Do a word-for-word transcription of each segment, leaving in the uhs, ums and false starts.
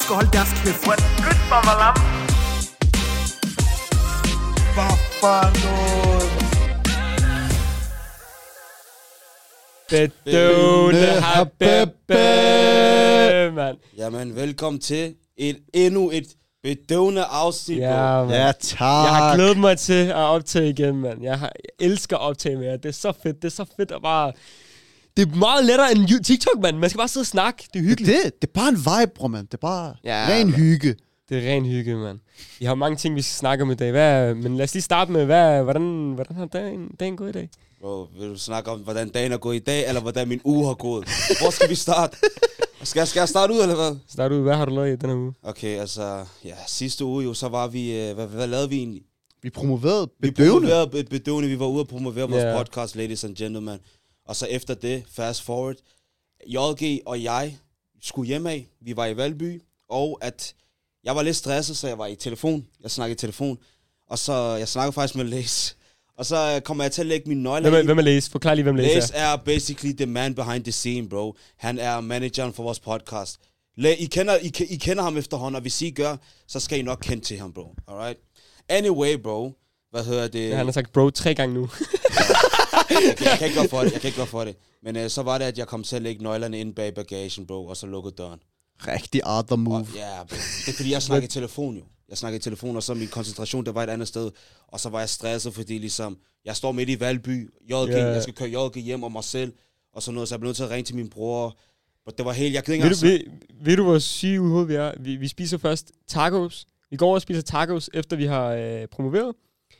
skal holde deres kæft. Good mamalam. Hvad for noget? Bedøvende habebe, mand. Jamen, velkommen til et, endnu et bedøvende afsnit. Ja, man. Ja, tak. Jeg har glædet mig til at optage igen, mand. Jeg, har, jeg elsker at optage med jer. Det er så fedt. Det er så fedt at bare... Det er meget lettere end TikTok, mand. Man skal bare sidde og snakke. Det er hyggeligt. Det, det er bare en vibe, bror, mand. Det er bare Ja, ren man. hygge. Det er ren hygge, mand. Vi har mange ting, vi skal snakke om i dag. Hvad, men lad os lige starte med, hvad, hvordan, hvordan har dagen, dagen gået i dag? Bro, vil du snakke om, hvordan dagen er gået i dag, eller hvordan min uge har gået? Hvor skal vi starte? Skal, skal jeg starte ud, eller hvad? Start ud, hvad har du lavet i den her uge? Okay, altså, ja, sidste uge jo, så var vi, øh, hvad, hvad lavede vi egentlig? Vi promoverede Vi bedøvende. promoverede bedøvende, vi var ude og promovere vores Ja. podcast, ladies and gentlemen. Og så efter det, fast forward, J G og jeg skulle hjem af. Vi var i Valby, og at jeg var lidt stresset, så jeg var i telefon. Jeg snakkede i telefon, og så jeg snakkede faktisk med Lace. Og så kommer jeg til at lægge mine nøgler Hvem er, i. hvem er Lace? Forklar lige, hvem Lace Lace er. er basically the man behind the scene, bro. Han er manageren for vores podcast. La- I, kender, I, I kender ham efterhånden, og hvis I gør, så skal I nok kende til ham, bro. Alright? Anyway, bro. Hvad hedder det? Ja, han har sagt bro tre gange nu. Okay, jeg kan ikke gå for det, jeg kan ikke gå for det. Men øh, så var det, at jeg kom til at lægge nøglerne ind bag bagagen, bro, og så lukkede døren. Rigtig other move. Og, ja, bro. Det er fordi, jeg snakkede i telefon jo. Jeg snakkede i telefon, og så min koncentration, der var et andet sted. Og så var jeg stresset, fordi ligesom, jeg står midt i Valby, J G, Ja. jeg skal køre J G hjem og mig selv, og sådan noget, så jeg blev nødt til at ringe til min bror. Og det var helt, jeg kan ikke Ved du, engang... ved, ved du, hvor syge ude vi er? Vi, vi spiser først tacos. Vi går over og spiser tacos, efter vi har øh, promoveret.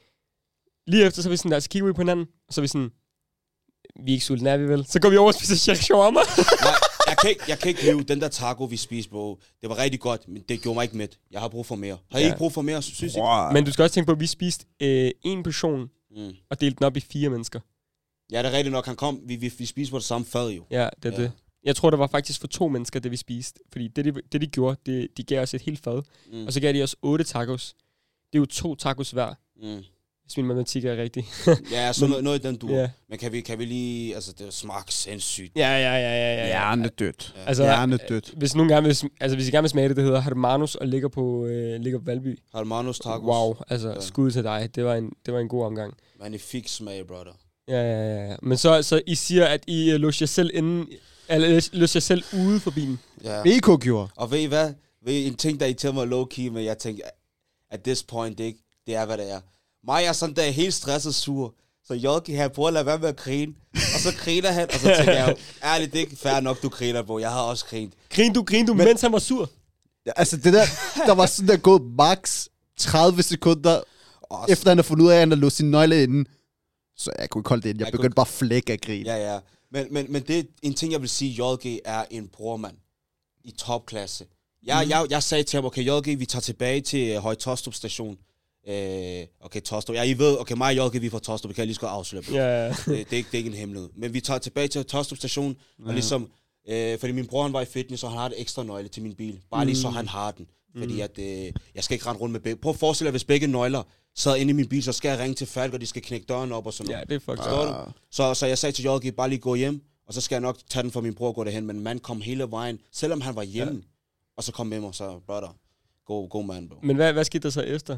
Lige efter, så er vi sådan der, så kigger vi på hinanden, og så er vi sådan, vi er ikke sultne, er vi vel? Så går vi over og spiser Sheikh Shawarma. Nej, jeg kan ikke, jeg kan ikke leve den der taco, vi spiste, bro. Det var rigtig godt, men det gjorde mig ikke mæt. Jeg har brug for mere. Har I Ja. ikke brug for mere, synes I? Wow. Men du skal også tænke på, at vi spiste øh, en portion, Mm. og delte den op i fire mennesker. Ja, det er rigtigt nok. Han kom, vi, vi, vi spiste på det samme fad jo. Ja, det er Ja. det. Jeg tror, det var faktisk for to mennesker, det vi spiste. Fordi det, de, det de gjorde, det, de gav os et helt fad. Mm. Og så gav de os otte tacos. Det er jo to tacos hver, Mm. hvis min matematik er rigtig. Ja, så Men- noget, noget i den duer. Ja. Men kan vi, kan vi lige... Altså, det smager sindssygt. Ja, ja, ja, ja, ja. ja. Hjernedødt. Altså, Hjernedødt. Hvis nogen gerne vil, sm- altså hvis I gerne vil smage det, det hedder Hermanos og ligger på øh, ligger på Valby. Hermanos tacos. Wow, altså Ja. ja. Skud til dig. Det var en det var en god omgang. Magnifik smag, brother. Ja, ja, ja, ja. Men så så I siger at I uh, låser jer selv inden eller låser jer selv ude for bilen. Ja. B K gjorde. Og ved I hvad? Ved I en ting, der irriterer mig low-key, men jeg tænker, at this point, det, ikke, det er, hvad det er. Mig er sådan, der er helt stresset sur. Så Jolki, han prøver at lade være med at grine. Og så griner han, og så tænker jeg, ærligt, det er ikke fair nok, du griner på. Jeg har også grint. Grin du, grin du, men, mens han var sur. Ja, altså, det der, der var sådan der gået max tredive sekunder, Også. efter han har fundet ud af, at han har låst sin nøgle inden. Så jeg kunne ikke holde det ind. Jeg Jeg begyndte kunne- bare at flække af grin. Ja, ja. Men, men, men det er en ting, jeg vil sige, J G er en brormand i topklasse. Jeg, mm. jeg, jeg sagde til ham, okay, J G, vi tager tilbage til uh, Høje Tostrup station. Uh, okay, Tostrup. Ja, I ved, okay, mig og J G, vi er fra Tostrup. Vi kan lige så godt afsløre på. Ja, ja. det, det, er ikke, det er ikke en hemmelighed. Men vi tager tilbage til Tostrup station, ja. Og ligesom, øh, fordi min bror han var i fitness, og han har et ekstra nøgle til min bil. Bare lige så han har den. Fordi Mm. at, øh, jeg skal ikke rende rundt med begge. Prøv at forestille dig, hvis begge nøgler sad inde i min bil, så skal jeg ringe til Falk, og de skal knække døren op og sådan Ja, noget. det er fucked Forstår up. du? Så, så jeg sagde til J G, bare lige gå hjem, og så skal jeg nok tage den for min bror og gå derhen. Men mand kom hele vejen, selvom han var hjemme, ja. Og så kom med mig, så brother, god, god mand, bro. Men hvad hvad skete der så efter?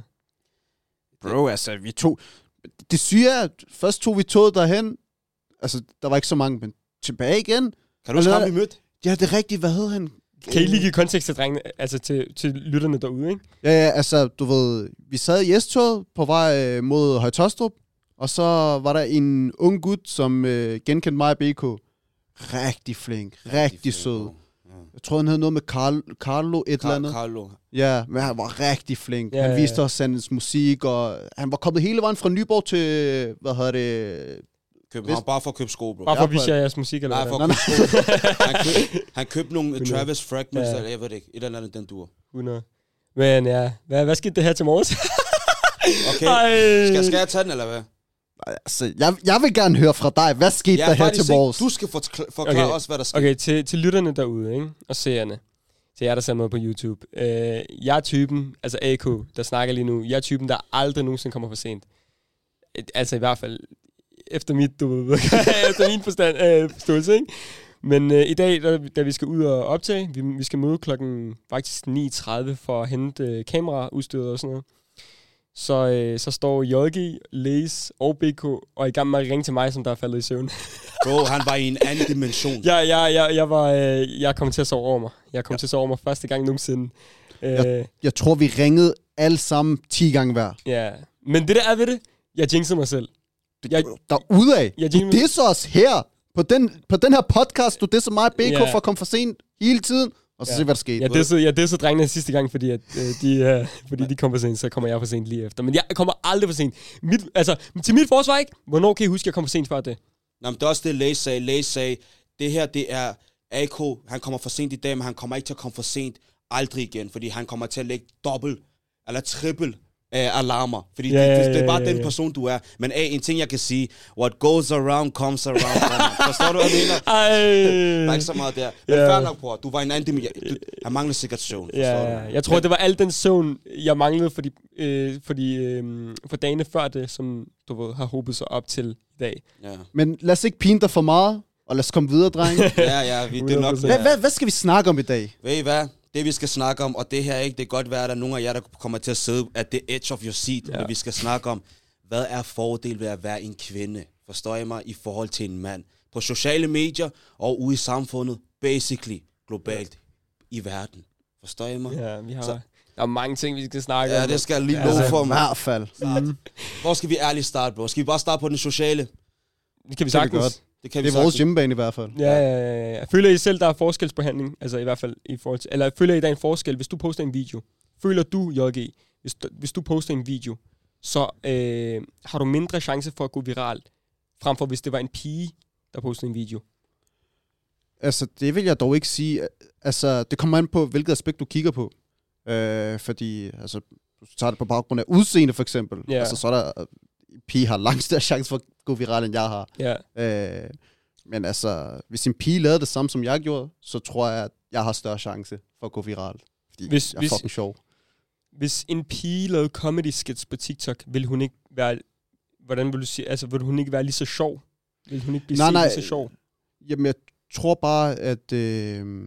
Bro, altså, vi tog... Det syge er, at først tog vi toget derhen. Altså, der var ikke så mange, men tilbage igen. Kan du huske ham, vi mødte? Ja, det er rigtigt. Hvad hed han? Kan I lige give kontekst til drengene, altså til til lytterne derude, ikke? Ja, ja, altså, du ved, vi sad i S-toget på vej øh, mod Høje Tostrup, og så var der en ung gut, som øh, genkendte mig og B K. Rigtig flink, rigtig flink, sød. bro. Ja. Jeg tror, han hed noget med Carl, Carlo et eller Car- andet. Carlo. Ja, men han var rigtig flink. Ja, Ja, han ja, viste ja. os hans musik, og han var kommet hele vejen fra Nyborg til, hvad hedder det... København, Hvis- bare for at købe sko, bro. Bare for at Ja, vise jer jeres musik, eller Nej, for hvad? at købe sko. Han købte, han købte nogle hundrede. Travis Fragments, Ja. eller jeg ved det ikke, et eller andet, den dur. hundrede. Men ja, hvad, hvad skete det her til morges? Okay, Ej. skal, skal jeg tage den, eller hvad? Altså, jeg, jeg vil gerne høre fra dig. Hvad skete Jeg der er her faktisk til vores? ikke, du skal forkl- forklare Okay. os, hvad der sker. Okay, til, til lytterne derude, ikke? Og seerne. Til jer, der ser med på YouTube. Øh, jeg er typen, altså A K, der snakker lige nu. Jeg er typen, der aldrig nogensinde kommer for sent. Altså i hvert fald, efter mit, du ved, efter min forstand, øh, forståelse, ikke? Men øh, i dag, da, da vi skal ud og optage, vi, vi skal møde klokken faktisk ni tredive for at hente øh, kameraudstyret og sådan noget. Så, øh, så står J G, Lace og B K og er i gang med at ringe til mig, som der er faldet i søvn. Bro, han var i en anden dimension. jeg, jeg, jeg, jeg, var, øh, jeg kom til at sove over mig. Jeg kom ja. til at sove over mig første gang nogensinde. Jeg, øh, jeg tror, vi ringede alle sammen ti gange hver. ja, men det der er ved det, jeg jinxede mig selv. Jeg, Derudad. jeg Du disser os her. På den, på den her podcast, du disser mig og B K Ja. for at komme for sent hele tiden. Og så Ja. se, hvad der skete. Jeg dissede, jeg dissede drengene sidste gang, fordi, at, øh, de, øh, fordi de kom for sent, så kommer jeg for sent lige efter. Men jeg kommer aldrig for sent. Mit, altså, til mit forsvar ikke. Hvornår kan I huske, at jeg kom for sent før det? Nå, men det er også det, Lace sagde. Lace sagde, det her, det er A K. Han kommer for sent i dag, men han kommer ikke til at komme for sent aldrig igen, fordi han kommer til at lægge dobbelt eller trippel uh, alarmer. Fordi Ja, det, det, det er ja, bare ja, den ja. person, du er. Men A, en ting, jeg kan sige, what goes around, comes around. Forstår du, hvad jeg mener? Ej. Der er ikke så meget der. Men Ja. fair nok, bror. Du var en anden dimension. Du, han mangler sikkert søvn. Forstår Ja, du? jeg tror, det var al den søvn, jeg manglede for, de, øh, for, de, øh, for dagene før det, som du ved, har hobet sig op til i dag. Ja, Men lad os ikke pine dig for meget, og lad os komme videre, dreng. ja, ja vi, det er nok... Hvad, hvad, hvad skal vi snakke om i dag? Ved I hvad? Det vi skal snakke om, og det her ikke, det kan godt være, at der er nogle af jer, der kommer til at sidde at the edge of your seat, Ja. men vi skal snakke om, hvad er fordel ved at være en kvinde? Forstår I mig? I forhold til en mand. På sociale medier og ude i samfundet, basically, globalt, i verden. Forstår I mig? Ja, vi har, Så- der er mange ting, vi skal snakke Ja, om. det skal jeg lige Ja, love altså, for I mig. hvert fald. Mm. Hvor skal vi ærligt starte, bro? Skal vi bare starte på den sociale? Det kan vi kan vi sagtens. godt. Det kan Det vi er vores sagtens. hjemmebane i hvert fald. Ja, ja, ja, ja. Føler I selv, der er forskelsbehandling? Altså i hvert fald i forhold til... Eller føler I, der er en forskel, hvis du poster en video? Føler du, J G, hvis du, hvis du poster en video, så øh, har du mindre chance for at gå viralt, frem for hvis det var en pige, der postede en video? Altså, det vil jeg dog ikke sige. Altså, det kommer an på, hvilket aspekt du kigger på. Øh, fordi, altså, du tager det på baggrund af udseende, for eksempel. Ja. Altså, så er der... Pige har langt større chance for at gå viral, end jeg har. Ja. Øh, men altså, hvis en pige lavede det samme, som jeg gjorde, så tror jeg, at jeg har større chance for at gå viral. Fordi Hvis- jeg er hvis- fucking sjov. Hvis en pige lavede comedy skits på TikTok, vil hun ikke være... Hvordan vil du sige? Altså, vil hun ikke være lige så sjov? Vil hun ikke blive Nej, set nej. lige så sjov? Jamen, jeg tror bare, at... Øh,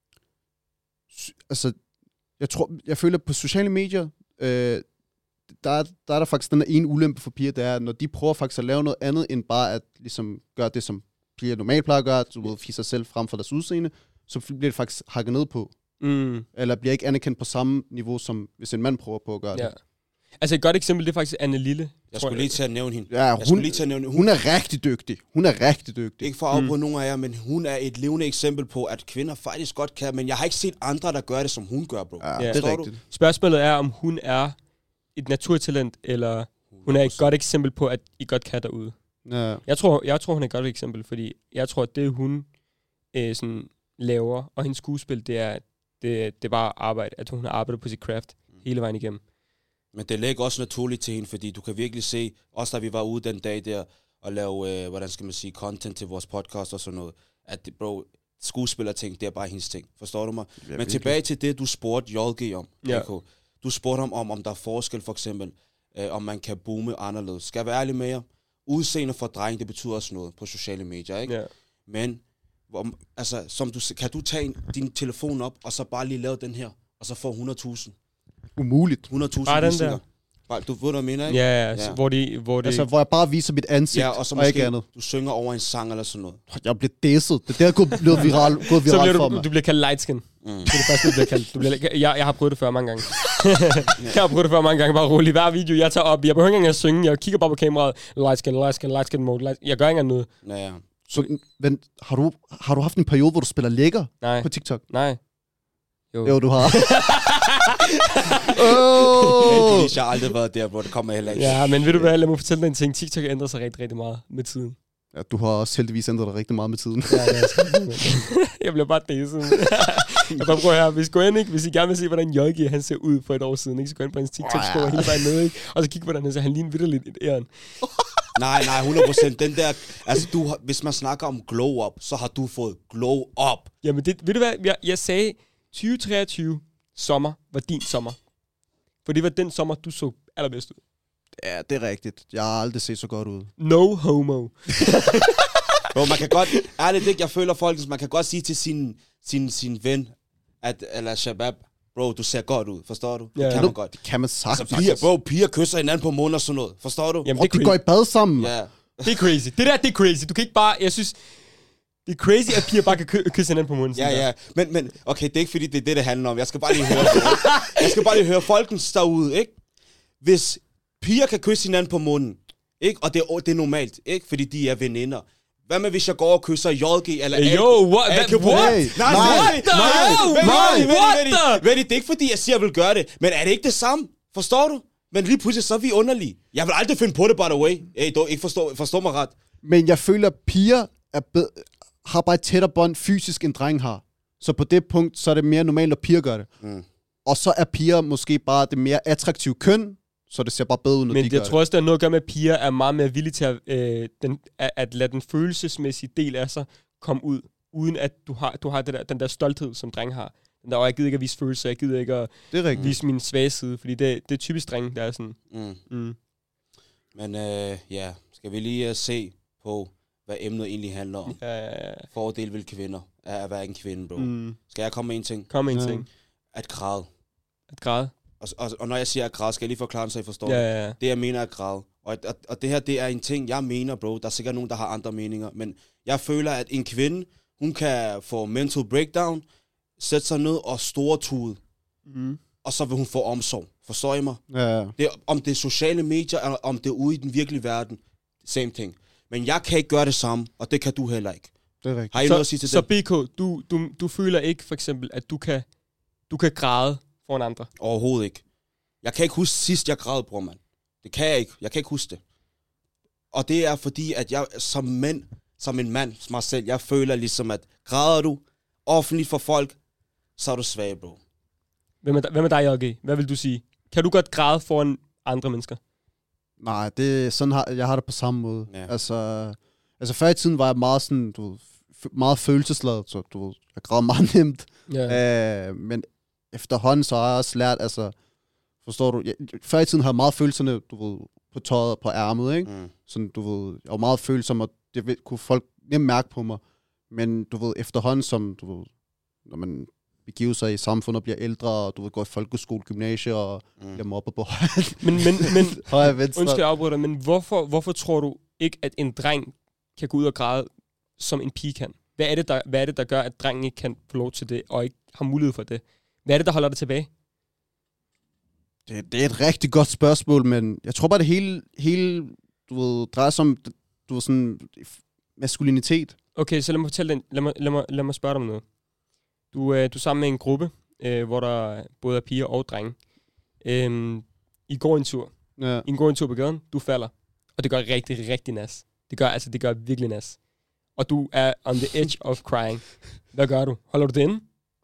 sy- altså, jeg tror, jeg føler på sociale medier, øh, der, er, der er der faktisk den ene ulempe for piger, det er, når de prøver faktisk at lave noget andet, end bare at ligesom gøre det, som piger normalt plejer at gøre, at du ved, fise sig selv frem for deres udseende, så bliver det faktisk hakket ned på. Mm. Eller bliver ikke anerkendt på samme niveau, som hvis en mand prøver på at gøre Ja. det. Altså et godt eksempel, det er faktisk Anne Lille. Jeg tror skulle lige til at nævne hende. Ja, Jeg hun, skulle lige til at nævne hende. hun er rigtig dygtig. Hun er rigtig dygtig. Ikke for at afbryde mm. nogen af jer, men hun er et levende eksempel på, at kvinder faktisk godt kan, men jeg har ikke set andre, der gør det, som hun gør, bro. Ja, Ja. det Forstår er du? rigtigt. Spørgsmålet er, om hun er et naturtalent, eller hun er et godt eksempel på, at I godt kan derude. Ja. Jeg tror, jeg tror hun er et godt eksempel, fordi jeg tror, at det hun øh, sådan, laver, og hendes skuespil, det er, det, det er bare arbejde, at hun har arbejdet på sit craft hele vejen igennem. Men det ligger også naturligt til hende, fordi du kan virkelig se, også da vi var ude den dag der, og lave, øh, hvordan skal man sige, content til vores podcast og sådan noget, at det, bro, skuespillerting, det er bare hendes ting. Forstår du mig? Ja, Men virkelig. tilbage til det, du spurgte J G om, Ja. A K. Du spurgte om, om, om der er forskel, for eksempel, øh, om man kan boome anderledes. Skal jeg være ærlig med jer? Udseende for dreng, det betyder også noget på sociale medier, ikke? Ja. Men, hvor, altså, som du, kan du tage en, din telefon op, og så bare lige lave den her, og så få hundrede tusind? Umuligt. hundrede tusind Bare den visninger. der. Bare, du ved, hvad jeg mener, ikke? Ja, ja, Ja. hvor de, hvor de, Altså, hvor jeg bare viser mit ansigt, Ja, og så og ikke måske, andet. du synger over en sang eller sådan noget. Jeg bliver disset. Det er der gået blevet viral, gået så viral bliver for du, mig. du bliver kaldt light skin. Mm. Det er det første, du bliver kaldt. Du bliver, jeg, jeg har prøvet det før mange gange. jeg har prøvet det før mange gange. Bare roligt. Hver video, jeg tager op. Jeg behøver ikke engang at synge. Jeg kigger bare på kameraet. Light skin, light skin, light skin mode. Light. Jeg gør ikke engang noget. Ja, ja. Så, men, har du, har du haft en periode, hvor du spiller lækker Nej, på TikTok? nej. Jo. Jo, du har. Oh. oh. Jeg har aldrig været der, hvor det kommer heller ikke. Ja, men ved du hvad? Lad mig fortælle dig en ting. TikTok ændrer sig rigtig, rigtig meget med tiden. Ja, du har også heldigvis ændret dig rigtig meget med tiden. Ja, det er sgu- jeg bliver bare dæset. Jeg bare prøver her. Hvis, gå ind, ikke? Hvis I gerne vil se, hvordan J G han ser ud for et år siden, ikke? Så gå ind på hans TikTok, Oh, skriver ja. hele vejen ned, ikke? Og så kig på, hvordan han ser. Han ligner vitterligt et æren. Nej, nej, hundrede procent. Den der, altså du, har- hvis man snakker om glow up, så har du fået glow up. Jamen, det, ved du hvad? Jeg, jeg sagde, tyve treogtyve sommer var din sommer. For det var den sommer, du så allerbedst ud. Ja, det er rigtigt. Jeg har aldrig set så godt ud. No homo. Bro, man kan godt, ærligt ikke, jeg føler folk, man kan godt sige til sin, sin, sin ven, at, eller Shabab, bro, du ser godt ud, forstår du? Det ja, kan man godt. Det kan man sagtens. Altså, piger, bro, piger kysser hinanden på munden og sådan noget, forstår du? Jamen, og de går i bad sammen. Ja. Det er crazy. Det der, det er crazy. Du kan ikke bare, jeg synes, det er crazy, at piger bare kan ky- kysse hinanden på munden. Ja, ja, men, men okay, det er ikke fordi, det er det, det handler om. Jeg skal bare lige høre, jeg skal bare lige høre folkens derude, ikke? Hvis piger kan kysse hinanden på munden, ikke? Og det er, det er normalt, ikke? Fordi de er veninder. Hvad med, hvis jeg går og kysser J G eller Hey, yo, what? A K på What? munden? Nej, Nej, nej, nej, nej, nej, nej, nej, nej, det er ikke fordi, jeg siger, jeg vil gøre det, men er det ikke det samme? Forstår du? Men lige pludselig, så er vi underlige. Jeg vil aldrig finde på det, by the way. Hey, du ikke forstår, forstår mig ret. Men jeg føler, at piger er be- har bare et tættere bånd fysisk, end drenge har. Så på det punkt, så er det mere normalt, at piger gør det. Mm. Og så er piger måske bare det mere attraktive køn, så det ser bare bedre ud, når Men de jeg gør tror også, der er noget at gøre med, at piger er meget mere villige til at, øh, den, at, at lade den følelsesmæssige del af sig komme ud, uden at du har, du har det der, den der stolthed, som drenge har. Den der, og jeg gider ikke at vise følelser, jeg gider ikke at det. Det er rigtigt. vise min svage side, fordi det, det er typisk drenge, der er sådan. Mm. Mm. Men øh, ja, skal vi lige uh, se på, hvad emnet egentlig handler om. Ja, ja, ja. Fordel ved kvinder af at være en kvinde, bro. Mm. Skal jeg komme med en ting? Kom med en Ja. ting. At græde. At græde. Og, og, og når jeg siger at græde, skal jeg lige forklare den, så I forstår. Ja, ja, ja. Det jeg mener er at græde. Og, og, og det her, det er en ting, jeg mener, bro. Der er sikkert nogen, der har andre meninger. Men jeg føler, at en kvinde, hun kan få mental breakdown, sætte sig ned og stortude. Mm. Og så vil hun få omsorg. Forstår I mig? Ja. Det er, om det er sociale medier, eller om det er ude i den virkelige verden. Same thing. Men jeg kan ikke gøre det samme, og det kan du heller ikke. Det er rigtigt. Har I Så, noget at sige til så det? B K, du, du, du føler ikke for eksempel, at du kan, du kan græde foran andre? Overhovedet ikke. Jeg kan ikke huske sidst, jeg græd, bror, mand. Det kan jeg ikke. Jeg kan ikke huske det. Og det er fordi, at jeg som mand, som en mand, som mig selv, jeg føler ligesom, at græder du offentligt for folk, så er du svag, bro. Hvem er, hvem er dig, J G? Hvad vil du sige? Kan du godt græde foran andre mennesker? Nej, det, sådan har, jeg har det på samme måde. Ja. Altså, altså før i tiden var jeg meget sådan, du ved, f- meget følelsesladet, så du ved, jeg græd meget nemt. Ja. Øh, men efterhånden så har jeg også lært, altså, forstår du, jeg, før i tiden havde jeg meget følelserne, du ved, på tøjet og på ærmet, ikke? Mm. Sådan, du ved, jeg var meget følsom, og det ved, kunne folk nemt mærke på mig. Men du ved, efterhånden som, du ved, når man begiver sig i samfundet og bliver ældre, og du ved, går i folkeskole, gymnasie, og Mm. bliver mobbet på Men, men, men højre og venstre. undskyld, jeg afbryder dig, men hvorfor, hvorfor tror du ikke, at en dreng kan gå ud og græde, som en pige kan? Hvad er det, der, hvad er det, der gør, at drengen ikke kan få lov til det, og ikke har mulighed for det? Hvad er det, der holder dig tilbage? Det, det er et rigtig godt spørgsmål, men jeg tror bare, det hele, hele du ved, drejer sig om, du ved, sådan, maskulinitet. Okay, så lad mig fortælle dig, lad mig, lad mig, lad mig spørge dig om noget. Du, øh, du er sammen med en gruppe, øh, hvor der både er piger og drenge. Øhm, I går en tur. Ja. I går en tur på gaden, du falder. Og det gør rigtig, rigtig nas. Det gør, altså, det gør virkelig nas. Og du er on the edge of crying. Hvad gør du? Holder du det inde?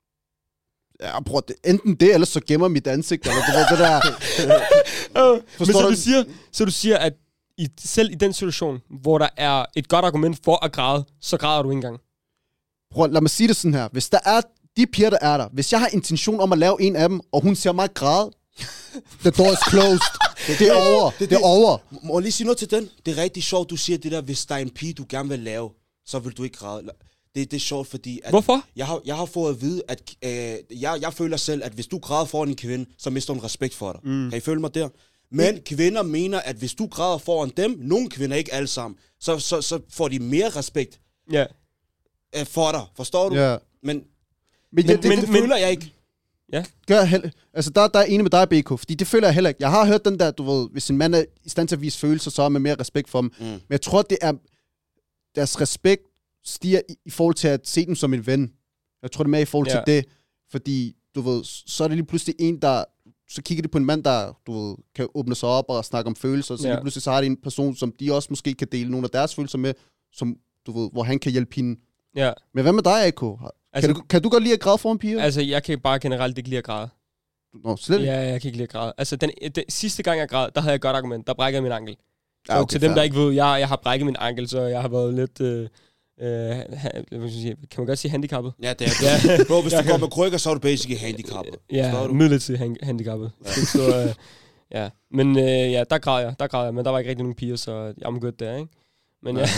Ja, bror, det, enten det, eller så gemmer mit ansigt, eller du ved, det der. Men Forstår så du? du, siger, så du siger, at i, selv i den situation, hvor der er et godt argument for at græde, så græder du ikke engang. Bror, lad mig sige det sådan her. Hvis der er de piger, der er der, hvis jeg har intention om at lave en af dem, og hun ser mig græde, the door is closed. Det, det er over. Det, det er over. Må jeg lige sige noget til den? Det er rigtig sjovt, du siger det der, hvis der er en pige, du gerne vil lave, så vil du ikke græde. Det, det er sjovt, fordi... At Hvorfor? Jeg har, jeg har fået at vide, at øh, jeg, jeg føler selv, at hvis du græder foran en kvinde, så mister hun respekt for dig. Mm. Kan I følge mig der? Men kvinder mener, at hvis du græder foran dem, nogle kvinder, ikke alle sammen, så, så, så får de mere respekt Ja. øh, for dig. Forstår du? Ja. Men, Men, men, jeg, det, men, det, det føler jeg ikke. gør jeg heller, altså der, der er enig med dig, B K, fordi det føler jeg heller ikke. Jeg har hørt den der, du ved, hvis en mand er i stand til at vise følelser, så er man mere respekt for dem. Mm. Men jeg tror, det er, deres respekt stiger i, i forhold til at se dem som en ven. Jeg tror, det er mere i forhold Ja. til det, fordi, du ved, så er det lige pludselig en, der, så kigger de på en mand, der, du ved, kan åbne sig op og snakke om følelser, så Ja. lige pludselig så har de en person, som de også måske kan dele nogle af deres følelser med, som, du ved, hvor han kan hjælpe hende. Ja. Men hvad med dig, A K? Kan, Altså, du, kan du godt lide at græde foran piger? altså, jeg kan bare generelt ikke lide at græde. Nå, slet ikke? Ja, jeg kan ikke lide at græde. Altså, den, den sidste gang, jeg græd, der havde jeg et godt argument. Der brækkede jeg min ankel. Så Ja, okay, okay, til dem, fair. der ikke ved, jeg, jeg har brækket min ankel, så jeg har været lidt... Øh, øh, ha, hvad skal jeg sige, kan man godt sige handicappet? Ja, det er Ja. det. Bro, hvis du Jeg går kan- med krykker, så er du basically handicappet. Ja, Forstår du? midlertidigt han, handicappet. Ja. Så, øh, ja. Men øh, ja, der græd jeg, der græd jeg, men der var ikke rigtig nogen piger, så I'm good der, ikke? Men ja.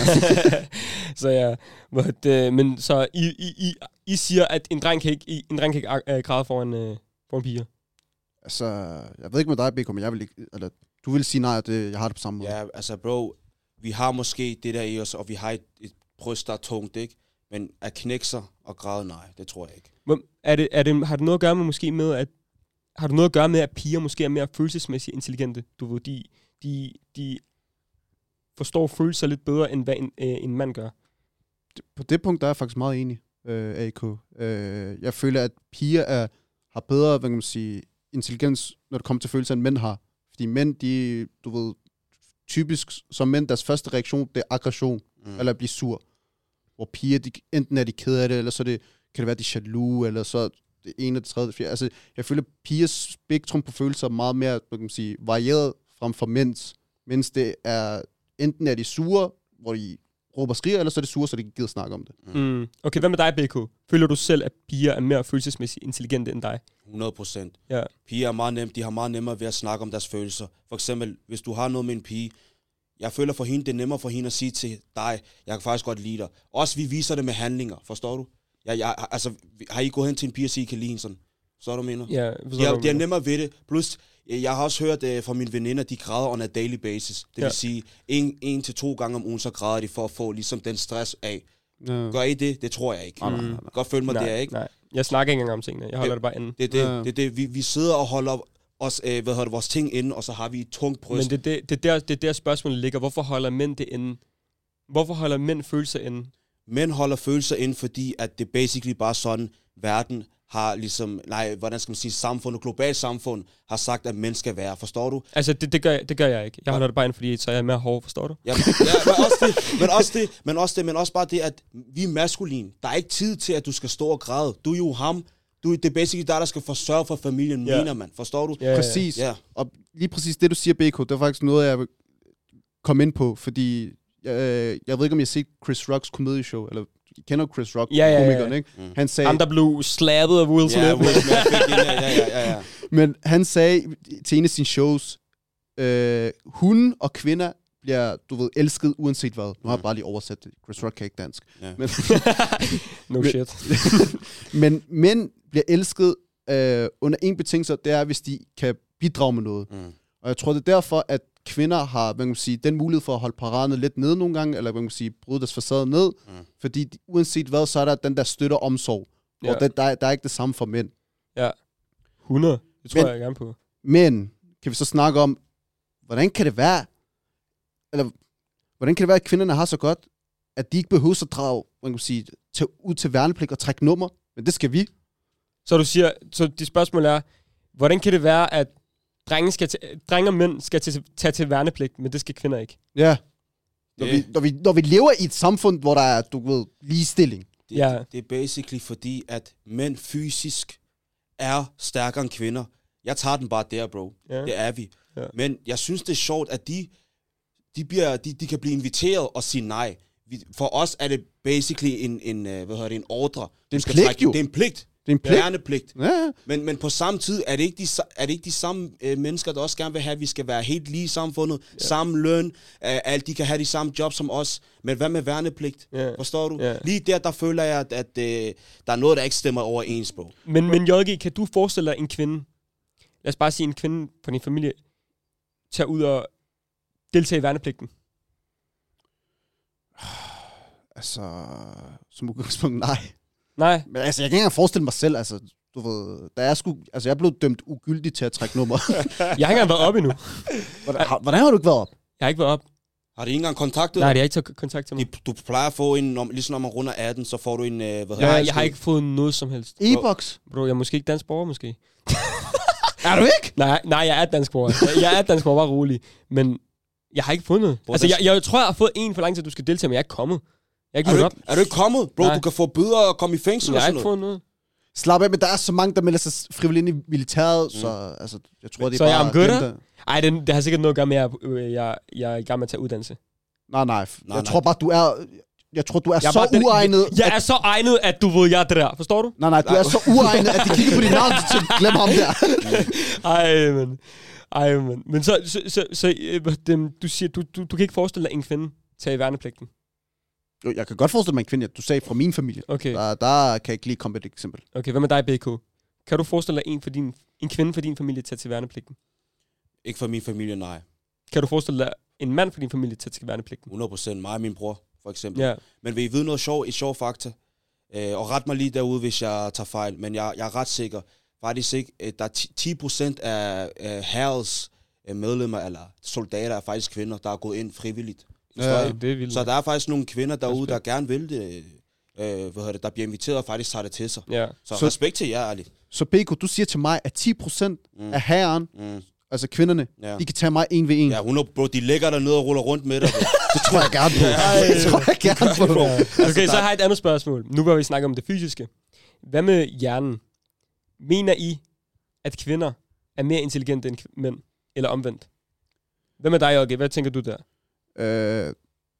så ja. But, uh, men så I, I, I, I siger, at en dreng kan ikke, en dreng kan ikke uh, græde foran, uh, foran piger? Altså, jeg ved ikke med dig, B K, men jeg vil ikke, eller du vil sige nej, at det, jeg har det på samme måde. Ja, altså bro, vi har måske det der i os, og vi har et, et bryst, der er tungt, ikke? Men at knække sig og græde, nej, det tror jeg ikke. Men er det, er det, har det noget at gøre med måske med, at har du noget at gøre med, at piger måske er mere følelsesmæssigt intelligente? Du ved, de, de, de forstår følelser lidt bedre, end hvad en, øh, en mand gør. På det punkt, der er jeg faktisk meget enig, øh, A K. Øh, jeg føler, at piger er, har bedre, hvad kan man sige, intelligens, når det kommer til følelser, end mænd har. Fordi mænd, de, du ved, typisk som mænd, deres første reaktion, det er aggression, mm. eller at blive sur. Hvor piger, de, enten er de ked af det, eller så det, kan det være, de er jaloux, eller så det ene, det tredje, det fjerde. Altså, jeg føler, at pigers spektrum på følelser er meget mere, hvad kan man sige, varieret frem for mænds. Mens det er, enten er de sure, hvor de råber og skriger, eller så er det sure, så de ikke gider snakke om det. Mm. Okay, hvad med dig, B K? Føler du selv, at piger er mere følelsesmæssigt intelligente end dig? hundrede procent. Ja. Piger er meget nemt, de har meget nemmere ved at snakke om deres følelser. For eksempel, hvis du har noget med en pige, jeg føler for hende, det er nemmere for hende at sige til dig, jeg kan faktisk godt lide dig. Også vi viser det med handlinger, forstår du? Jeg, jeg, altså, har I gået hen til en pige og sige, I kan lide hende sådan? Så du mener? Ja, de, er, de er nemmere ved det. Plus, jeg har også hørt uh, fra mine veninder, de græder on a daily basis. Det ja. vil sige, en, en til to gange om ugen, så græder de for at få ligesom den stress af. Ja. Gør I det? Det tror jeg ikke. Mm. Mm. Godt følge mig nej, der, ikke? Nej, jeg snakker ikke engang om tingene. Jeg holder det, det bare inde. Det er det, ja. det, det. Vi, vi sidder og holder os, øh, hvad hedder det, vores ting inde, og så har vi et tungt bryst. Men det, det, det, der, det er der spørgsmålet ligger. Hvorfor holder mænd det inde? Hvorfor holder mænd følelser inde? Mænd holder følelser inde, fordi at det basically bare sådan, verden har ligesom, nej, hvordan skal man sige, samfundet, globalt samfund, har sagt, at mænd skal være. Forstår du? Altså, det, det, gør, jeg, det gør jeg ikke. Jeg holder det bare ind, fordi så er jeg mere hård, forstår du? Ja, men, ja, men, også det, men også det, men også det, men også bare det, at vi er maskulin. Der er ikke tid til, at du skal stå og græde. Du er jo ham. Du, det er basically dig, der skal forsørge for familien, yeah. mener man. Forstår du? Yeah, præcis. Yeah. Og lige præcis det, du siger, B K, det er faktisk noget, jeg vil komme ind på, fordi jeg, jeg ved ikke, om jeg har set Chris Rocks komedieshow, eller I kender Chris Rock, ja, ja, komikeren, ja. ikke? Mm. Han sagde... Han, der blev slappet af Will Smith. Ja, Will Smith. ja, ja, ja, ja. Men han sagde til en af sine shows, øh, hunde og kvinder bliver, du ved, elsket uanset hvad. Nu har jeg bare lige oversat det. Chris Rock kan ikke dansk. Ja. Men, no men, shit. men mænd bliver elsket øh, under en betingelse, det er, hvis de kan bidrage med noget. Mm. Og jeg tror, det er derfor, at kvinder har, man kan sige, den mulighed for at holde paraderne lidt nede nogle gange, eller man kan sige, bryde deres facade ned, mm. fordi de, uanset hvad, så er der den der støtter omsorg. Ja. Og det, der, der er ikke det samme for mænd. Ja, hundrede. Det tror men, jeg gerne på. Men, kan vi så snakke om, hvordan kan det være, eller hvordan kan det være, at kvinderne har så godt, at de ikke behøver at drage, man kan sige, tage ud til værnepligt og trække nummer, men det skal vi. Så du siger, så det spørgsmål er, hvordan kan det være, at drenge, skal til, drenge og mænd skal til, tage til værnepligt, men det skal kvinder ikke? Ja. Når, vi, når, vi, når vi lever i et samfund, hvor der er, du ved, ligestilling. Det, ja. det er basically fordi, at mænd fysisk er stærkere end kvinder. Jeg tager den bare der, bro. Ja. Det er vi. Ja. Men jeg synes, det er sjovt, at de, de, bliver, de, de kan blive inviteret og sige nej. For os er det basically en, en, hvad hedder det, en ordre. Det er en pligt, trække, jo. Det er en pligt. Det er en pligt. Værnepligt. Ja. Men, men på samme tid er det ikke de, er det ikke de samme øh, mennesker, der også gerne vil have, at vi skal være helt lige i samfundet, ja. Samme løn, øh, alt, de kan have de samme job som os. Men hvad med værnepligt? Ja. Forstår du? Ja. Lige der, der føler jeg, at, at øh, der er noget, der ikke stemmer overens på. Men, men J G, kan du forestille dig en kvinde, lad os bare sige en kvinde fra din familie, tage ud og deltage i værnepligten? Altså, som udgangspunkt, nej. Nej. Men altså, jeg kan ikke engang forestille mig selv, altså, du ved, der er sgu, altså, jeg er blevet dømt ugyldig til at trække nummer. Jeg har ikke engang været op endnu. Hvordan, har, hvordan har du ikke været op? Jeg har ikke været op. Har de ikke engang kontaktet? Nej, de har ikke taget kontakt til mig. De, du plejer at få en, når, ligesom når man runder atten, så får du en, øh, hvad hedder ja, det? Jeg har ikke fået noget som helst. E-boks? Bro, jeg er måske ikke dansk borger, måske. Er du ikke? Nej, nej, jeg er dansk borger. Jeg er dansk borger, bare rolig. Men jeg har ikke fået noget. Bro, altså, jeg, jeg tror, jeg har fået en for lang tid, du skal deltage, men jeg er ikke kommet. Jeg er, ikke er, du op. ikke, er du ikke kommet? Bro, nej. Du kan få bøder og komme i fængsel jeg og sådan noget. Jeg har ikke fået noget. Slap af, men der er så mange, der melder sig frivilligt ind i militæret, mm. så altså, jeg tror, det er så bare... Så jeg er good? Ej, det, det har sikkert noget at gøre med, at jeg, jeg, jeg er i gang med at tage uddannelse. Nej, nej. Jeg nej, tror nej. bare, du er... Jeg tror, du er jeg så bare, uegnet... Jeg, jeg er så egnet, at du ved, jeg er det der. Forstår du? Nej, nej, du nej. er så uegnet, at de kigger på din navn, så glem ham der. Ej, men... Ej, men... Men så... så, så, så øh, dem, du siger, du, du, du kan ikke forestille dig en kvinde tage værnepligten? Jo, jeg kan godt forestille mig en kvinde. Du sagde fra min familie. Okay. Der, der kan jeg ikke lige komme med et eksempel. Okay, hvad med dig, B K? Kan du forestille dig en, for din, en kvinde for din familie tage til værnepligten? Ikke for min familie, nej. Kan du forestille dig en mand for din familie tage til værnepligten? hundrede procent. Mig og min bror, for eksempel. Ja. Men vil I vide noget sjovt? Et sjovt fakta. Øh, og ret mig lige derude, hvis jeg tager fejl. Men jeg, jeg er ret sikker. Faktisk ikke. Øh, der er ti procent af øh, hærets øh, medlemmer, eller soldater, er faktisk kvinder, der er gået ind frivilligt. Ja, det er vildt. Så der er faktisk nogle kvinder derude, der gerne vil det. Øh, hvad det, der bliver inviteret og faktisk tager det til sig. Ja. Så, Så- respekt til jer, ærligt. Så Beko, du siger til mig, at ti procent Mm. af herren, Mm. altså kvinderne, Ja. de kan tage mig en ved en. Ja, hundrede, bro, de ligger dernede og ruller rundt med dig. Bro. Det tror jeg gerne på. Det tror jeg gerne på. Ja. Okay, så har jeg et andet spørgsmål. Nu hvor vi snakker om det fysiske. Hvad med hjernen? Mener I, at kvinder er mere intelligente end mænd? Eller omvendt? Hvad med dig, Jorge? Hvad tænker du der? Øh,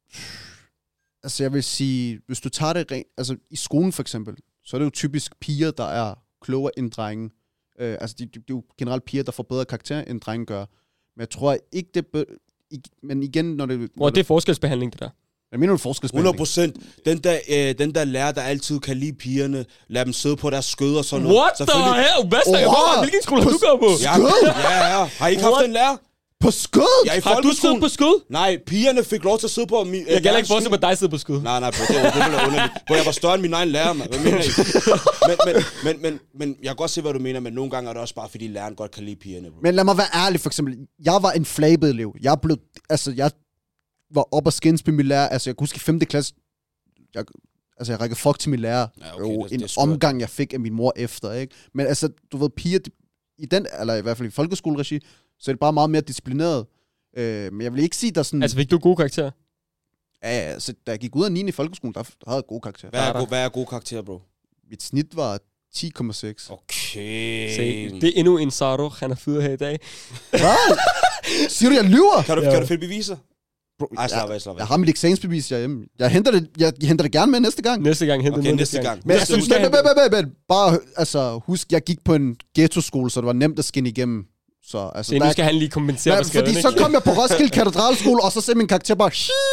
altså jeg vil sige, hvis du tager det rent, altså i skolen for eksempel, så er det jo typisk piger, der er klogere end drenge. Øh, altså det de, de er jo generelt piger, der får bedre karakter, end drenge gør. Men jeg tror ikke, det... Be- I, men igen, når det... Bro, det er forskelsbehandling, det der. Jeg mener, du forskelsbehandling. hundrede procent. Den der, øh, den der lærer, der altid kan lide pigerne, lad dem sidde på deres skød og sådan noget. What the Selvfølgelig- hell? Hvad snakker du Oha! om? Hvilken skole har du gået på? Ja, ja, ja. Har I ikke haft What? en lærer? På skødet? Ja, i Har du siddet folkeskolen. på skød? Nej, pigerne fik lov til at sidde på min... Jeg kan ikke forestille mig dig sidde på skød. Nej, nej, bro, det var, det var underligt. Bro, jeg var større end min egen lærer, man. Hvad mener I? Men, men, men, men, men jeg kan godt se, hvad du mener, men nogle gange er det også bare, fordi læreren godt kan lide pigerne, bro. Men lad mig være ærlig, for eksempel. Jeg var en flabet elev. Jeg blev... Altså, jeg var op og skins med min lærer. Altså, jeg kunne huske i femte klasse... Jeg, altså, jeg rækkede fuck til min lærer. Ja, okay, jo, det- en det er skørt. omgang, jeg fik af min mor efter, ikke? Men altså, du ved, piger... de- I den... Eller i hvert fald i folkeskoleregi, så er det bare meget mere disciplineret. Øh, men jeg vil ikke sige, der sådan... Altså, fik du gode karakterer? ja, ja, altså, da jeg gik ud af niende i folkeskolen, der, der havde jeg gode karakterer. Hvad Der er, er der. god, hvad er god karakter, bro? Mit snit var ti komma seks. Okay. Se, det er endnu en Saro, han er fyret her i dag. Hvad? Siger du, jeg lyver? Kan du, Ja. kan du finde beviser? Bro, Ej, slap jeg, af, slap af. jeg har mit eksamensbevis hjemme. Jeg henter det, jeg, jeg henter det gerne med næste gang. Næste gang henter Okay, noget næste gang. Men, Næste altså, du skal men, hente- men, men, men, men, bare altså, husk, jeg gik på en ghetto-skole, så det var nemt at skinne igennem. Så, altså, Se, nu der- skal han lige kompensere ja, for skaden, fordi ikke? så kom jeg på Roskilde Katedralskole, og så ser min karakter bare...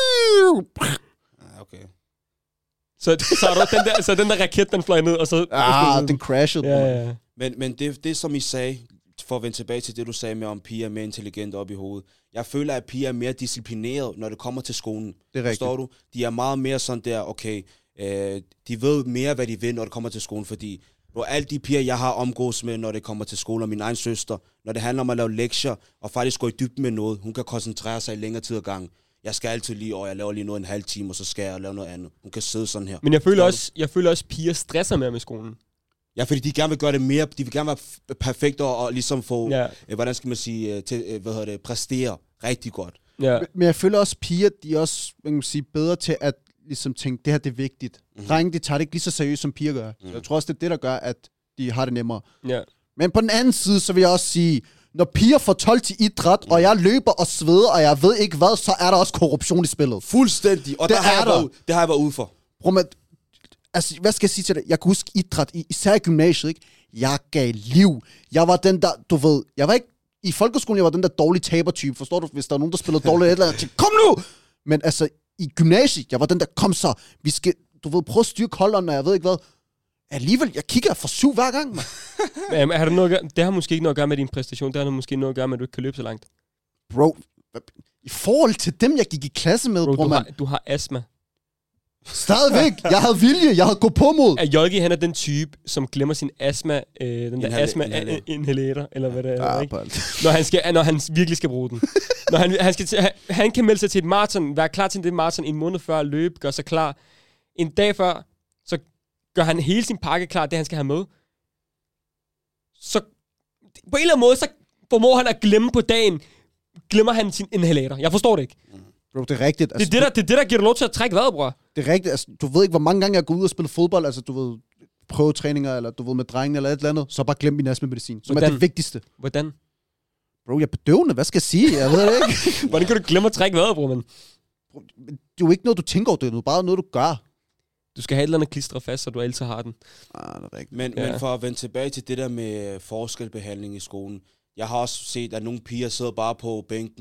Ja, okay. Så, så, er der, den der, så den der raket, den fløj ned, og så... Ah, den crashede. Ja, bro. ja, ja. Men, men det, det, som I sagde, for at vende tilbage til det, du sagde med, om piger er mere intelligente op i hovedet. Jeg føler, at piger er mere disciplineret, når det kommer til skolen. Det er rigtigt. Forstår du? De er meget mere sådan der, okay, øh, de ved mere, hvad de vil, når det kommer til skolen, fordi bro, alle de piger, jeg har omgås med, når det kommer til skole, og min egen søster, når det handler om at lave lektier, og faktisk gå i dybden med noget, hun kan koncentrere sig i længere tid ad gang. Jeg skal altid lige, og jeg laver lige noget en halv time, og så skal jeg lave noget andet. Hun kan sidde sådan her. Men jeg føler, Forstår også, jeg føler også, piger stresser mere med skolen. Ja, fordi de gerne vil gøre det mere, de vil gerne være f- perfekte og, og ligesom få, Ja. øh, hvordan skal man sige, øh, til, øh, hvad hedder det, præstere rigtig godt. Ja. Men jeg føler også, piger, de er også hvad kan man sige, bedre til at ligesom tænke, det her det er vigtigt. Mhm. Mm. Drenge, de tager det ikke lige så seriøst, som piger gør. Mm. Så jeg tror også, det er det, der gør, at de har det nemmere. Ja. Men på den anden side, så vil jeg også sige, når piger får tolv til idræt, og jeg løber og sveder, og jeg ved ikke hvad, så er der også korruption i spillet. Fuldstændig, og Det der har er jeg der. været, det har jeg været ude for. Bro, men, altså, hvad skal jeg sige til dig? Jeg kan huske idræt, i- især i gymnasiet, ikke? Jeg gav liv. Jeg var den der, du ved, jeg var ikke, i folkeskolen, jeg var den der dårlige tabertype, forstår du? Hvis der er nogen, der spillede dårligt eller andet, jeg tænkte, kom nu! Men altså, i gymnasiet, jeg var den der, kom så, vi skal, du ved, prøve at styrke holderne, og jeg ved ikke hvad. Alligevel, jeg kigger for syv hver gang, man. Men, har det, noget at gøre, det har måske ikke noget at gøre med din præstation. Det har måske noget at gøre med, at du ikke kan løbe så langt. Bro, i forhold til dem, jeg gik i klasse med, Bro, bro, du, man. har, du har astma. Stadigvæk, jeg havde vilje, jeg havde gået på mod. Er Jolgi, han er den type, som glemmer sin astma, øh, den der Inhale- astma inhalator. inhalator, eller hvad det er, Ja, ikke? på alt. Når han, skal, når han virkelig skal bruge den. Når han, han, skal til, han, han kan melde sig til et maraton, være klar til det maraton en måned før, løbe, gøre sig klar. En dag før, så gør han hele sin pakke klar, det han skal have med. Så på en eller anden måde, så formår han at glemme på dagen, glemmer han sin inhalator. Jeg forstår det ikke. Bro, det er rigtigt. Det er det, der, det, er det, der giver dig lov til at trække vejret, bror. Det er rigtigt. Altså, du ved ikke, hvor mange gange jeg går ud og spiller fodbold, altså du ved, prøvetræninger, eller du ved, med drengene, eller et eller andet, så bare glem min astmamedicin, som Hvordan? er det vigtigste. Hvordan? Bro, jeg er bedøvende, hvad skal jeg sige? Jeg ved det ikke. Hvordan kan du glemme at trække vejret, bror, man? Bro, det er jo ikke noget, du tænker over, det er noget, bare noget, du gør. Du skal have et eller andet klistret fast, så du altid har den. Ah, det er rigtigt. Men, Ja. men for at vende tilbage til det der med forskelsbehandling i skolen. Jeg har også set, at nogle piger sidder bare på bænken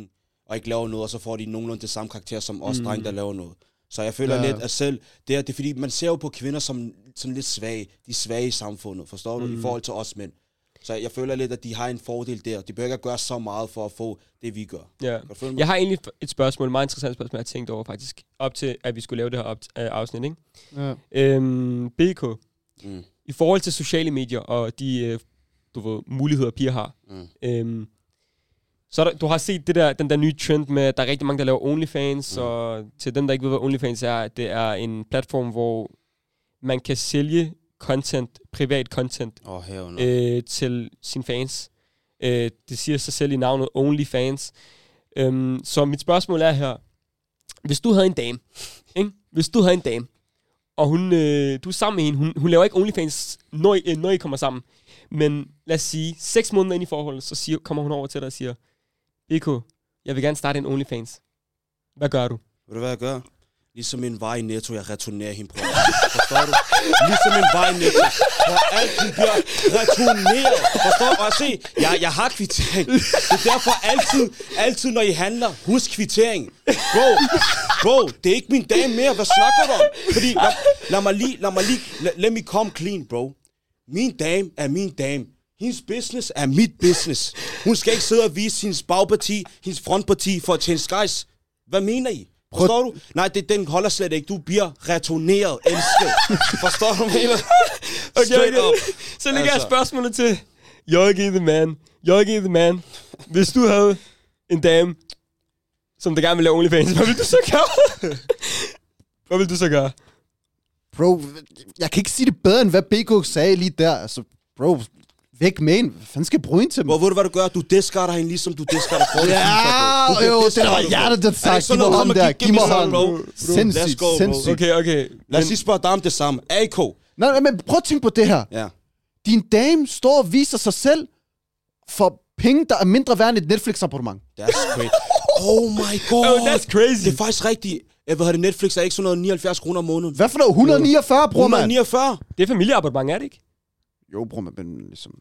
og ikke laver noget, og så får de nogenlunde det samme karakter som os mm. drenge, der laver noget. Så jeg føler ja. lidt, at selv det er, det er fordi, man ser jo på kvinder som sådan lidt svage. De er svage i samfundet, forstår du, mm. i forhold til os mænd. Så jeg føler lidt, at de har en fordel der. De behøver ikke at gøre så meget for at få det, vi gør. Ja. Jeg har egentlig et spørgsmål, et meget interessant spørgsmål, jeg har tænkt over faktisk, op til, at vi skulle lave det her op, uh, afsnit, ikke? Ja. Øhm, B K, mm. i forhold til sociale medier og de, du ved, muligheder, piger har, mm. øhm, så der, du har set det der, den der nye trend med, at der er rigtig mange, der laver OnlyFans, mm. og til dem, der ikke ved, hvad OnlyFans er, det er en platform, hvor man kan sælge content, privat content, oh, øh, til sine fans. Øh, det siger sig selv i navnet OnlyFans. Øhm, så mit spørgsmål er her, hvis du havde en dame, ikke? Hvis du havde en dame, og hun, øh, du er sammen med hende, hun, hun laver ikke OnlyFans, når I, øh, når I kommer sammen, men lad os sige, seks måneder ind i forholdet, så siger, kommer hun over til dig og siger, B K, jeg vil gerne starte en OnlyFans. Hvad gør du? Ved du, hvad jeg gør? Ligesom en vej i Netto, jeg returnerer hende på. Forstår du? Ligesom en vej i Netto. Hvor alt hun bliver returneret. Forstår du? Og se, jeg, jeg har kvittering. Det er derfor altid, altid når I handler, husk kvittering. Bro, bro, det er ikke min dame mere. Hvad snakker du om? Fordi, lad, lad mig lige, lad mig lige, lad, let me come clean, bro. Min dame er min dame. Hendes business er mit business. Hun skal ikke sidde og vise hendes bagparti, hendes frontparti for at tjene skejs. Hvad mener I? Forstår du? Nej, det, den holder slet ikke. Du bliver returneret, elsket. Forstår du, hvad jeg okay, okay. Så lægger altså. jeg spørgsmålet til J G the man. J G the man. Hvis du havde en dame, som der gerne vil lave OnlyFans, hvad vil du så gøre? Hvad vil du så gøre? Bro, jeg kan ikke sige det bedre, end hvad B K sagde lige der. Altså, bro, væk med en. Hvad fanden skal jeg bruge hende til? Hvor ved du, hvad du gør? Du discarder hende, ligesom du discarder for ja, jo, det var hjertet, der sagt. Giv mig hånd der. Giv mig hånd, bro. Sindssygt, sindssygt. Okay, okay. Lad os lige spørge dig om det samme. A K. Nej, men prøv at tænke på det her. Ja. Din dame står og viser sig selv for penge, der er mindre værd end et Netflix-abonnement. That's crazy. Oh my god. Oh, that's crazy. Det er faktisk rigtigt. Jeg ved, at Netflix er ikke sådan noget nioghalvfjerds kroner om måneden. Hvad for noget? et hundrede og niogfyrre, bror, mand. et hundrede og niogfyrre? Det er familieabonnement, er det ikke? Jo, bror, men ligesom...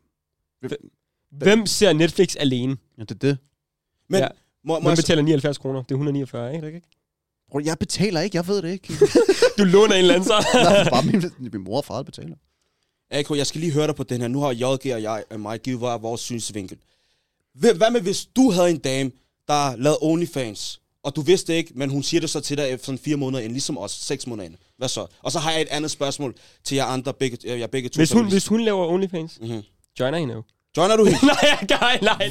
Hvem ser Netflix alene? Ja, det er det. Men, ja. må, må Hvem betaler nioghalvfjerds kroner? Det er et hundrede og niogfyrre, ikke? ikke? Bro, jeg betaler ikke, jeg ved det ikke. Du låner en eller anden så. Nej, bare min, min mor og far betaler. A K, jeg skal lige høre dig på den her. Nu har J G og jeg og mig givet vores synsvinkel. Hvad med, hvis du havde en dame, der lavede OnlyFans, og du vidste ikke, men hun siger det så til dig efter sådan fire måneder inden, ligesom os, seks måneder inden. Hvad så? Og så har jeg et andet spørgsmål til jer andre, begge, jeg begge to. Hvis hun, hvis hun laver OnlyFans, mm-hmm. joiner hende jo. Joiner du hende? nej, jeg nej, nej.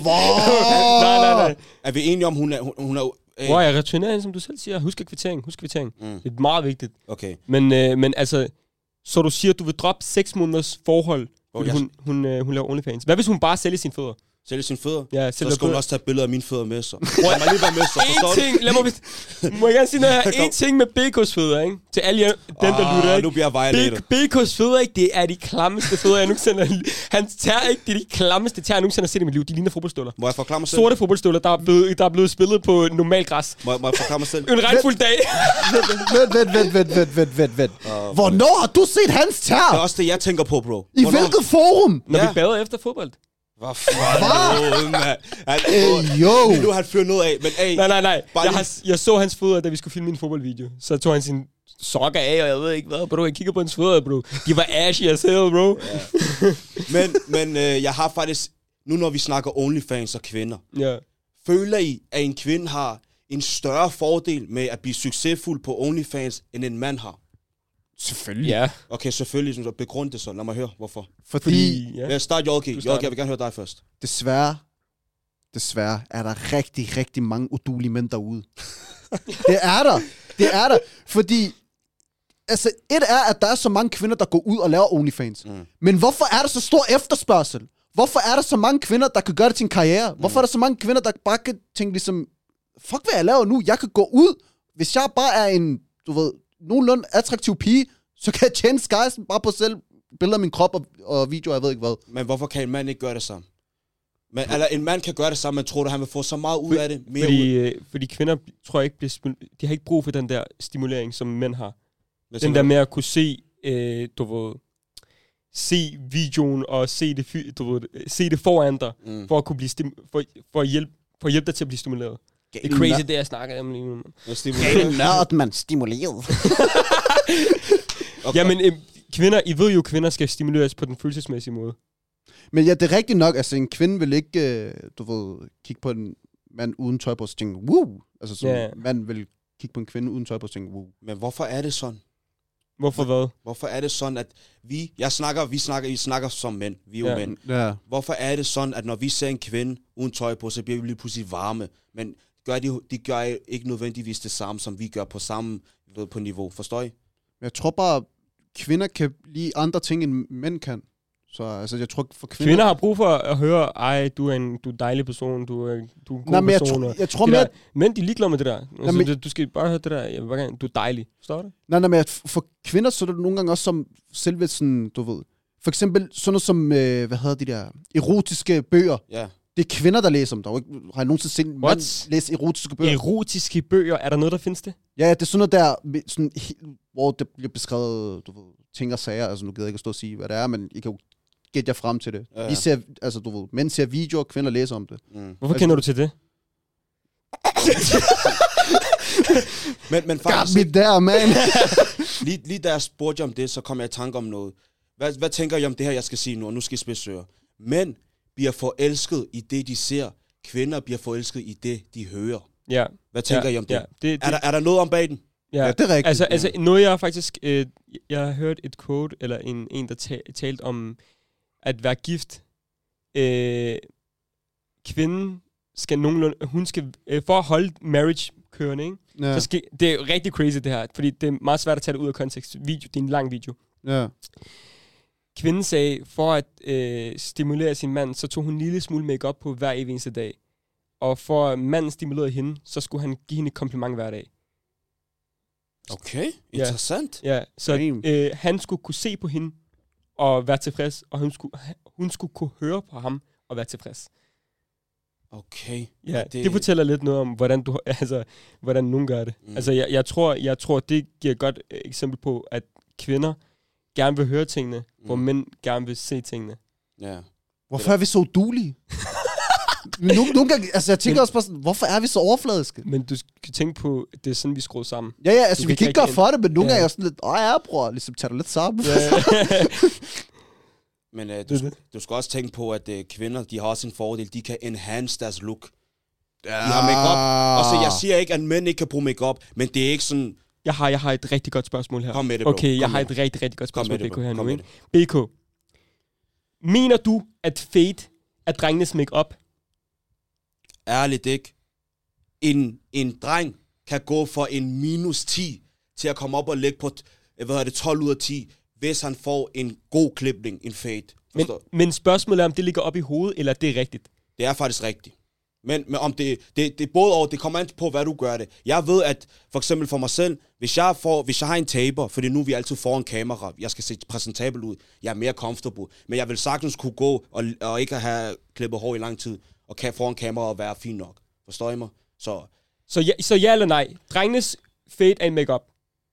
nej, nej, nej. Er vi enige om, hun er... Hun, hun er øh... Hvor jeg returnerer hende, som du selv siger. Husk kvittering, husk kvittering. Mm. Det er meget vigtigt. Okay. Men, øh, men altså, så du siger, at du vil droppe seks måneders forhold, fordi hun, hun, øh, hun laver OnlyFans. Hvad hvis hun bare sælger sine fødder? Sælge sine fødder? Ja, så skal hun også tage billeder af mine fødder med sig. Lad mig lige være med sig, forstår ting, du? Lad mig, må jeg gerne sige noget her? En ting med B K's fødder, ikke? Til alle jer, dem, der lytter, ikke? Nu bliver jeg violated. B K's fødder, ikke? Det er de klammeste fødder, jeg nogensinde har... Hans tær, ikke? Det er de klammeste tær, jeg nogensinde har set i mit liv. De ligner fodboldstøvler. Må jeg forklare mig selv? Sorte fodboldstøvler, der er blevet, der er blevet spillet på normal græs. Må, må jeg forklare mig selv? En regnfuld dag. Vent, vent, vent, vent, vent, vent, vent, vent. Hvornår har du set hans tær? Det er også det, jeg tænker på, bro. I hvilket forum? Når vi bader efter fodbold. Hvad fanden, mand? Ey, yo. Nu har han fyret noget af, men ey. Nej, nej, nej. Jeg, har, jeg så hans fødder, da vi skulle filme en fodboldvideo. Så tog han sin sokker af, og jeg ved ikke hvad, bro. Jeg kigger på hans fødder, bro. De var ashy as hell, bro. Ja. men men øh, jeg har faktisk, nu når vi snakker OnlyFans og kvinder, ja. føler I, at en kvinde har en større fordel med at blive succesfuld på OnlyFans, end en mand har? Selvfølgelig. Ja. Okay, selvfølgelig. Så begrund det så. Lad mig høre, hvorfor. Fordi... Fordi ja. Start J G. J G, jeg vil gerne høre dig først. Desværre, desværre er der rigtig, rigtig mange udulige mænd derude. Det er der. Det er der. Fordi, altså, et er, at der er så mange kvinder, der går ud og laver OnlyFans. Mm. Men hvorfor er der så stor efterspørgsel? Hvorfor er der så mange kvinder, der kan gøre det til en karriere? Hvorfor mm. er der så mange kvinder, der bare kan tænke ligesom, fuck hvad jeg laver nu? Jeg kan gå ud, hvis jeg bare er en, du ved, nogenlunde attraktiv pige, så kan jeg tjene skejsen bare på selv billeder af min krop og, og videoer, jeg ved ikke hvad. Men hvorfor kan en mand ikke gøre det samme? Men, eller en mand kan gøre det samme, men tror du, han vil få så meget ud For, af det? Mere fordi, ud? fordi kvinder, tror jeg ikke, bliver, de har ikke brug for den der stimulering, som mænd har. Hvad den der med at kunne se, øh, du ved, se videoen og se det, du ved, se det foran dig, mm. for at kunne blive stim- for, for, at hjælpe, for at hjælpe dig til at blive stimuleret. Det er crazy, det jeg snakker om lige nu. Gal nørd, man. Stimuleret. Okay. Jamen, øh, kvinder, I ved jo, at kvinder skal stimuleres på den følelsesmæssige måde. Men ja, det er rigtigt nok. Altså, en kvinde vil ikke, øh, du ved, kigge på en mand uden tøj på og tænke, woo! Altså, så Ja. en mand vil kigge på en kvinde uden tøj på og tænke, woo. Men hvorfor er det sådan? Hvorfor hvad? Hvorfor er det sådan, at vi, jeg snakker, vi snakker, I snakker som mænd, vi er jo Ja. mænd. Ja. Hvorfor er det sådan, at når vi ser en kvinde uden tøj på, så bliver vi lige pludselig varme, men gør de, de gør ikke nødvendigvis det samme, som vi gør på samme ved, på niveau, forstår I? Jeg tror bare, kvinder kan lide andre ting, end mænd kan. Så altså, jeg tror for kvinder... Kvinder har brug for at høre, ej, du er en, du er en dejlig person, du er, du er en god Nej, men jeg, person. tro, og jeg tror det mere... der, men de er ligeglade med det der. Altså, men- du, du skal bare høre det der, jeg vil bare gerne, du er dejlig. Forstår du? Nej, nej, men jeg- for kvinder, så er det nogle gange også som selve sådan, du ved... For eksempel sådan noget som, øh, hvad hedder de der, erotiske bøger. Ja. Det er kvinder, der læser dem. Der er jo ikke, har jeg nogensinde set en What? mand læse erotiske bøger? Erotiske bøger, er der noget, der findes det? Ja, det er sådan noget der, med sådan, he- hvor det bliver beskrevet, du ved, ting og sager. Altså, nu gider jeg ikke at stå og sige, hvad det er, men I kan jo gætte jer frem til det. Ja, Ja. ja. Vi ser, altså, du ved, mænd ser videoer, kvinder læser om det. Mm. Hvorfor Altså- kender du til det? Men, men Got faktisk, me there, man! lige, lige da jeg spurgte jer om det, så kom jeg i tanke om noget. Hvad, hvad tænker I om det her, jeg skal sige nu, og nu skal I spidsøre? Mænd bliver forelsket i det, de ser. Kvinder bliver forelsket i det, de hører. Ja. Hvad tænker ja, I om det? Ja, det, det Er, der, er der noget om bag den? ja. Ja, det er rigtigt. Altså, altså noget jeg faktisk, øh, jeg har hørt et quote, eller en, en der ta- talt om at være gift. Øh, kvinden skal nogenlunde, hun skal, øh, for at holde marriage kørende, ikke? Ja, Så skal, det er jo rigtig crazy det her, fordi det er meget svært at tage det ud af kontekst. Video, det er en lang video. ja. Kvinden sagde, for at øh, stimulere sin mand, så tog hun en lille smule makeup på hver evig eneste dag. Og for at manden stimulerede hende, så skulle han give hende et kompliment hver dag. Okay, interessant. Ja, så Damn. øh, han skulle kunne se på hende og være tilfreds, og hun skulle, hun skulle kunne høre på ham og være tilfreds. Okay. Ja, Og det, det fortæller lidt noget om, hvordan, du, altså, hvordan nogen gør det. Mm. Mm. Altså, jeg, jeg, tror, jeg tror, det giver et godt øh, eksempel på, at kvinder gerne vil høre tingene, mm. hvor Mm. mænd gerne vil se tingene. Ja. Hvorfor er vi så udulige? Men nogle, nogle gange, altså jeg tænker også bare sådan, hvorfor er vi så overfladiske? Men du skal tænke på, det er sådan, vi skruer sammen. Ja, ja, altså Du vi kan kan ikke ikke gøre rigtig- for det, men nogle Ja. gange er jeg sådan lidt, åh ja, bror, ligesom tager dig lidt sammen. Ja. Men øh, du, Det er skal, du skal også tænke på, at øh, kvinder, de har også en fordel. De kan enhance deres look. Ja. De har makeup. Og så jeg siger ikke, at mænd ikke kan bruge makeup, men det er ikke sådan, jeg, har, jeg har et rigtig godt spørgsmål her. kom med det, bro. Okay, jeg Kom har med et rigtig, rigtig godt Kom med spørgsmål, det, B K, bro. her Kom nu, med ikke? B K, mener du, at fade er drengenes make-up? Ærligt ikke. En, en dreng kan gå for en minus ti til at komme op og lægge på hvad hedder det, tolv ud af ti, hvis han får en god klipning, en fade. Men, Forstår? men spørgsmålet er, om det ligger op i hovedet, eller det er rigtigt. Det er faktisk rigtigt. Men, men om det, det, det er både over, det kommer an på, hvad du gør det. Jeg ved, at for eksempel for mig selv, hvis jeg, får, hvis jeg har en taber, fordi nu er vi altid foran kamera, jeg skal se præsentabel ud, jeg er mere comfortable, men jeg vil sagtens kunne gå og, og ikke have klippet hår i lang tid, og kan foran kamera og være fin nok. Forstår I mig? Så, Så ja, så ja eller nej? Drengenes fade er en make-up?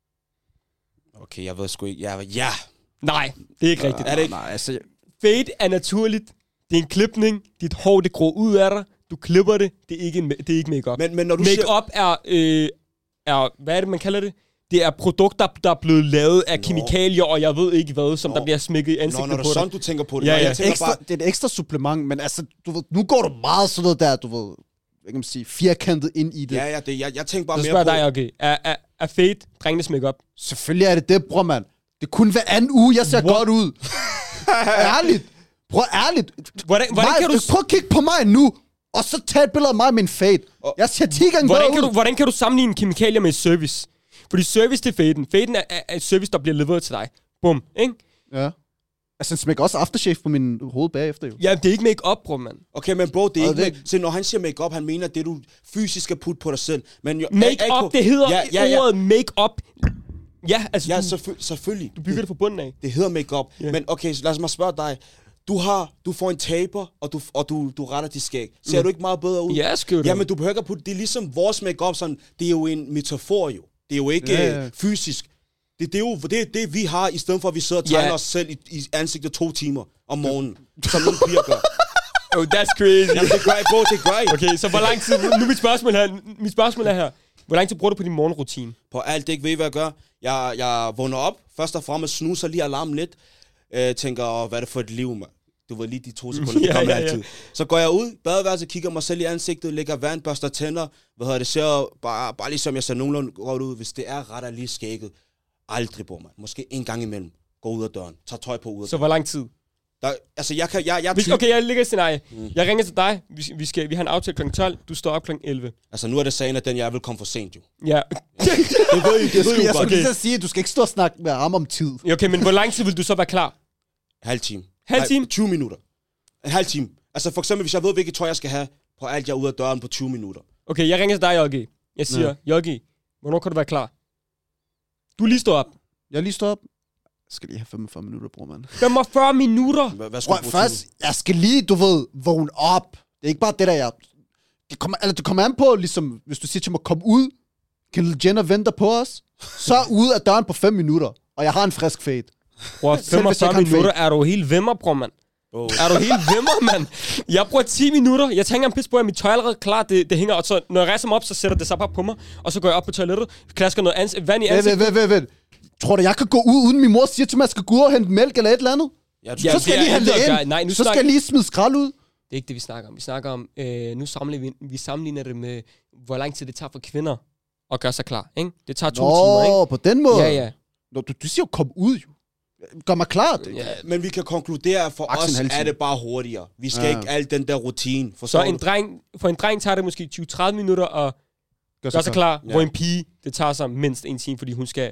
okay, jeg ved sgu ikke. Ja, ja. Nej, det er ikke rigtigt. Er det ikke? Nej, altså, Fade er naturligt. Det er en klipning. Dit hår, det gror ud af dig. Du klipper det. Det er ikke, en, det er ikke make-up. Men, men når du siger... Make-up er, øh, er, hvad er det, man kalder det? Det er produkter, der er blevet lavet af Nå. kemikalier, og jeg ved ikke hvad, som Nå. der bliver smækket i Nå, ansigtet når på det er sådan, dig. du tænker på det. Ja, Nå, ja. Jeg tænker ekstra, bare, det er et ekstra supplement, men altså, du ved, nu går du meget sådan noget der, du ved, hvad kan man sige, firkantet ind i det. ja, ja, det, jeg, jeg tænker bare Så mere spørger på... dig, okay. Er, er, er fade drengenes make-up? Selvfølgelig er det det, bror, mand. Det er kun hver anden uge, jeg ser What? godt ud. Ærligt. Bror, ærligt. Hvordan, hvordan, Nej, kan du, prøv at kigge på mig nu, og så tag et billede af mig med en fade. Og- Jeg ser ti gange hvordan, bedre kan ud. du, hvordan kan du sammenligne kemikalier med service? Fordi service det er faden. Faden er, er, er et service, der bliver leveret til dig. Bum, ikke? Ja. Altså, den smækker også aftershave på min hoved bagefter, jo. Ja, det er ikke make-up, bror, mand. Okay, men bro, det er Og ikke... det- Make, så når han siger make-up, han mener det, du fysisk skal putte på dig selv. Men jo, Make-up, det hedder ja, ja, ja. ordet make-up. Ja, altså, Ja, du, selvfø- selvfølgelig. du bygger det fra bunden af. Det hedder make-up. Ja. Men okay, så lad os mig spørge dig. Du har, du får en taper, og du, og du, du retter dit skæg. Ser Mm. du ikke meget bedre ud? Ja, skriv det. Jamen, du behøver ikke at putte... Det er ligesom vores make-up, sådan... Det er jo en metafor, jo. Det er jo ikke Ja, ja, ja. ja. fysisk. Det, det er jo det, er det, vi har, i stedet for, at vi sidder og Ja. tegner os selv i, i ansigtet to timer om morgenen, som nogle piger gør. Oh, that's crazy. Jamen, det gør jeg, bro, det gør jeg. Okay, så hvor lang tid... Nu er mit spørgsmål her. Mit spørgsmål er her. Hvor lang tid bruger du på din morgenrutine? På alt det, ikke ved, hvad jeg gør. Jeg, jeg vågner op, først og fremmest snuser lige alarmen lidt. Øh, tænker, hvad er det for et liv, mand? Du ved lige de to sekunder, det ja, kommer ja, ja. altid. Så går jeg ud, badeværelset, kigger mig selv i ansigtet, lægger vand, børster tænder. Hvad hedder det, ser bare, bare ligesom jeg ser nogenlunde godt ud. Hvis det er ret og lige skægget, aldrig, bror, mand. Måske en gang imellem. Gå ud af døren, tager tøj på ud af Så hvor lang tid? Der, altså, jeg kan... Jeg, jeg Hvis, typ, okay, jeg ligger i scenarie. Mm. Jeg ringer til dig. Vi, vi, skal, vi har en aftale klokken tolv. Du står op klokken elleve. altså, nu er det sagen, at den jeg vil komme for sent, jo. Ja. Det ved I, det Jeg ved I skulle, jo jeg godt. skulle lige så sige, at du skal ikke stå og snakke med ham om tid. Okay, men hvor lang tid vil du så være klar? Halv time. Halv time? Nej, tyve minutter. En halv time. Altså, for eksempel, hvis jeg ved, hvilket tøj jeg skal have, på alt, jeg er ude af døren på tyve minutter. Okay, jeg ringer til dig, Joggi. Jeg siger, Joggi, hvornår kan du være klar? Du er lige stået op. Jeg lige stået op. Jeg skal lige have femogfyrre minutter, bror, mand. femogfyrre minutter? Hvad, hvad Bror, skulle du bruge først, jeg skal lige, du ved, vågne op. Det er ikke bare det, der jeg... Det kommer, altså, det kommer an på, ligesom, hvis du siger til mig, kom ud. Kendall Jenner venter på os. Så ud af døren på fem minutter. Og jeg har en frisk fade. Bror, Selv hvis jeg femogfyrre ikke har en minutter er du helt vimmer, bror, mand. Oh. Er du helt vimmer, mand? Jeg bruger ti minutter. Jeg tænker en pis på, at mit tøj er allerede klar. Det, det hænger, og så når jeg rejser mig op, så sætter det sig bare på mig. Og så går jeg op på toilettet, klasker noget ans- vand i Vent, ansigtet. vent, vent, vent. Tror du, jeg kan gå ud, uden min mor siger til mig, at jeg skal gå ud og hente mælk eller et eller andet? Ja, du, Ja, Så skal jeg lige have det er det intet at ind. gøre. Nej, nu Så skal snakker- jeg lige smide skrald ud. Det er ikke det, vi snakker om. Vi snakker om, øh, nu sammenligner vi, vi sammenligner det med, hvor lang tid det tager for kvinder at gøre sig klar. Ikke? Det tager to Nå, timer, ikke? på den måde. Ja, ja. Nå, du, du siger jo, kom ud, jo. Gør mig klar. Det. ja. men vi kan konkludere, at for Maks en os halv time. er det bare hurtigere. Vi skal Ja. ikke alt den der rutine. Så Forstår en du? dreng, for en dreng tager det måske tyve til tredive minutter at Gør gøre sig klar, Ja. hvor en pige, det tager sig mindst en time, fordi hun skal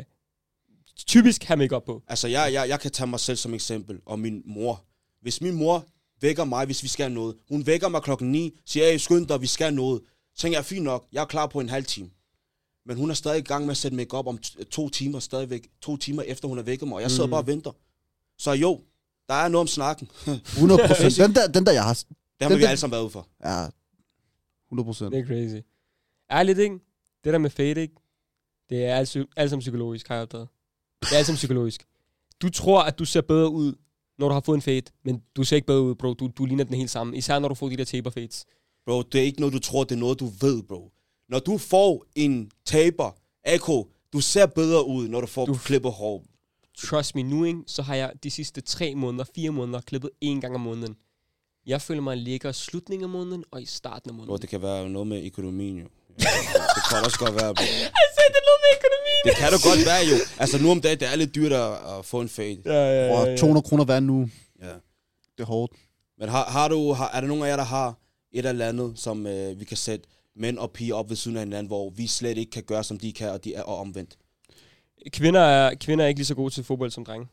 typisk have makeup på. Altså, jeg, jeg, jeg kan tage mig selv som eksempel, og min mor. Hvis min mor vækker mig, hvis vi skal noget. Hun vækker mig klokken ni, siger, hey, skynd dig, vi skal noget. Så tænker jeg, fint nok, jeg er klar på en halv time. Men hun er stadig i gang med at sætte makeup om t- to timer, stadigvæk to timer efter hun har vækket mig, og jeg sidder Mm. bare og venter. Så jo, der er noget om snakken. hundrede procent. Den der, den der, jeg har... Det har Den- vi den- alle sammen været ude for. Ja, hundrede procent. Det er crazy. Ærligt, ikke? Det der med fade, ikke? Det er alt, alt sammen psykologisk, har jeg opdaget. Det er alt sammen psykologisk. Du tror, at du ser bedre ud, når du har fået en fade, men du ser ikke bedre ud, bro. Du, du ligner den helt sammen. Især når du får de der taper fades. Bro, det er ikke noget, du tror, det er noget, du ved, bro. Når du får en taper, A K, du ser bedre ud, når du får Du- du klippet hår. Trust me nu, ikke? Så har jeg de sidste tre måneder, fire måneder, klippet én gang om måneden. Jeg føler mig lækker i slutningen af måneden og i starten af måneden. Bro, det kan være noget med økonomien, jo. Ja, det kan også godt være, bro. Jeg sagde, det er noget med økonomien. Det kan du godt være, jo. Altså, nu om dagen, det er lidt dyrt at, at få en fade. Ja, ja, ja, Og ja. to hundrede kroner hver nu. Ja. Det er hårdt. Men har, har du, har, er der nogen af jer, der har et eller andet, som øh, vi kan sætte mænd og piger op ved siden af hinanden, hvor vi slet ikke kan gøre, som de kan, og de er og omvendt? Kvinder er, kvinder er ikke lige så gode til fodbold som drenge.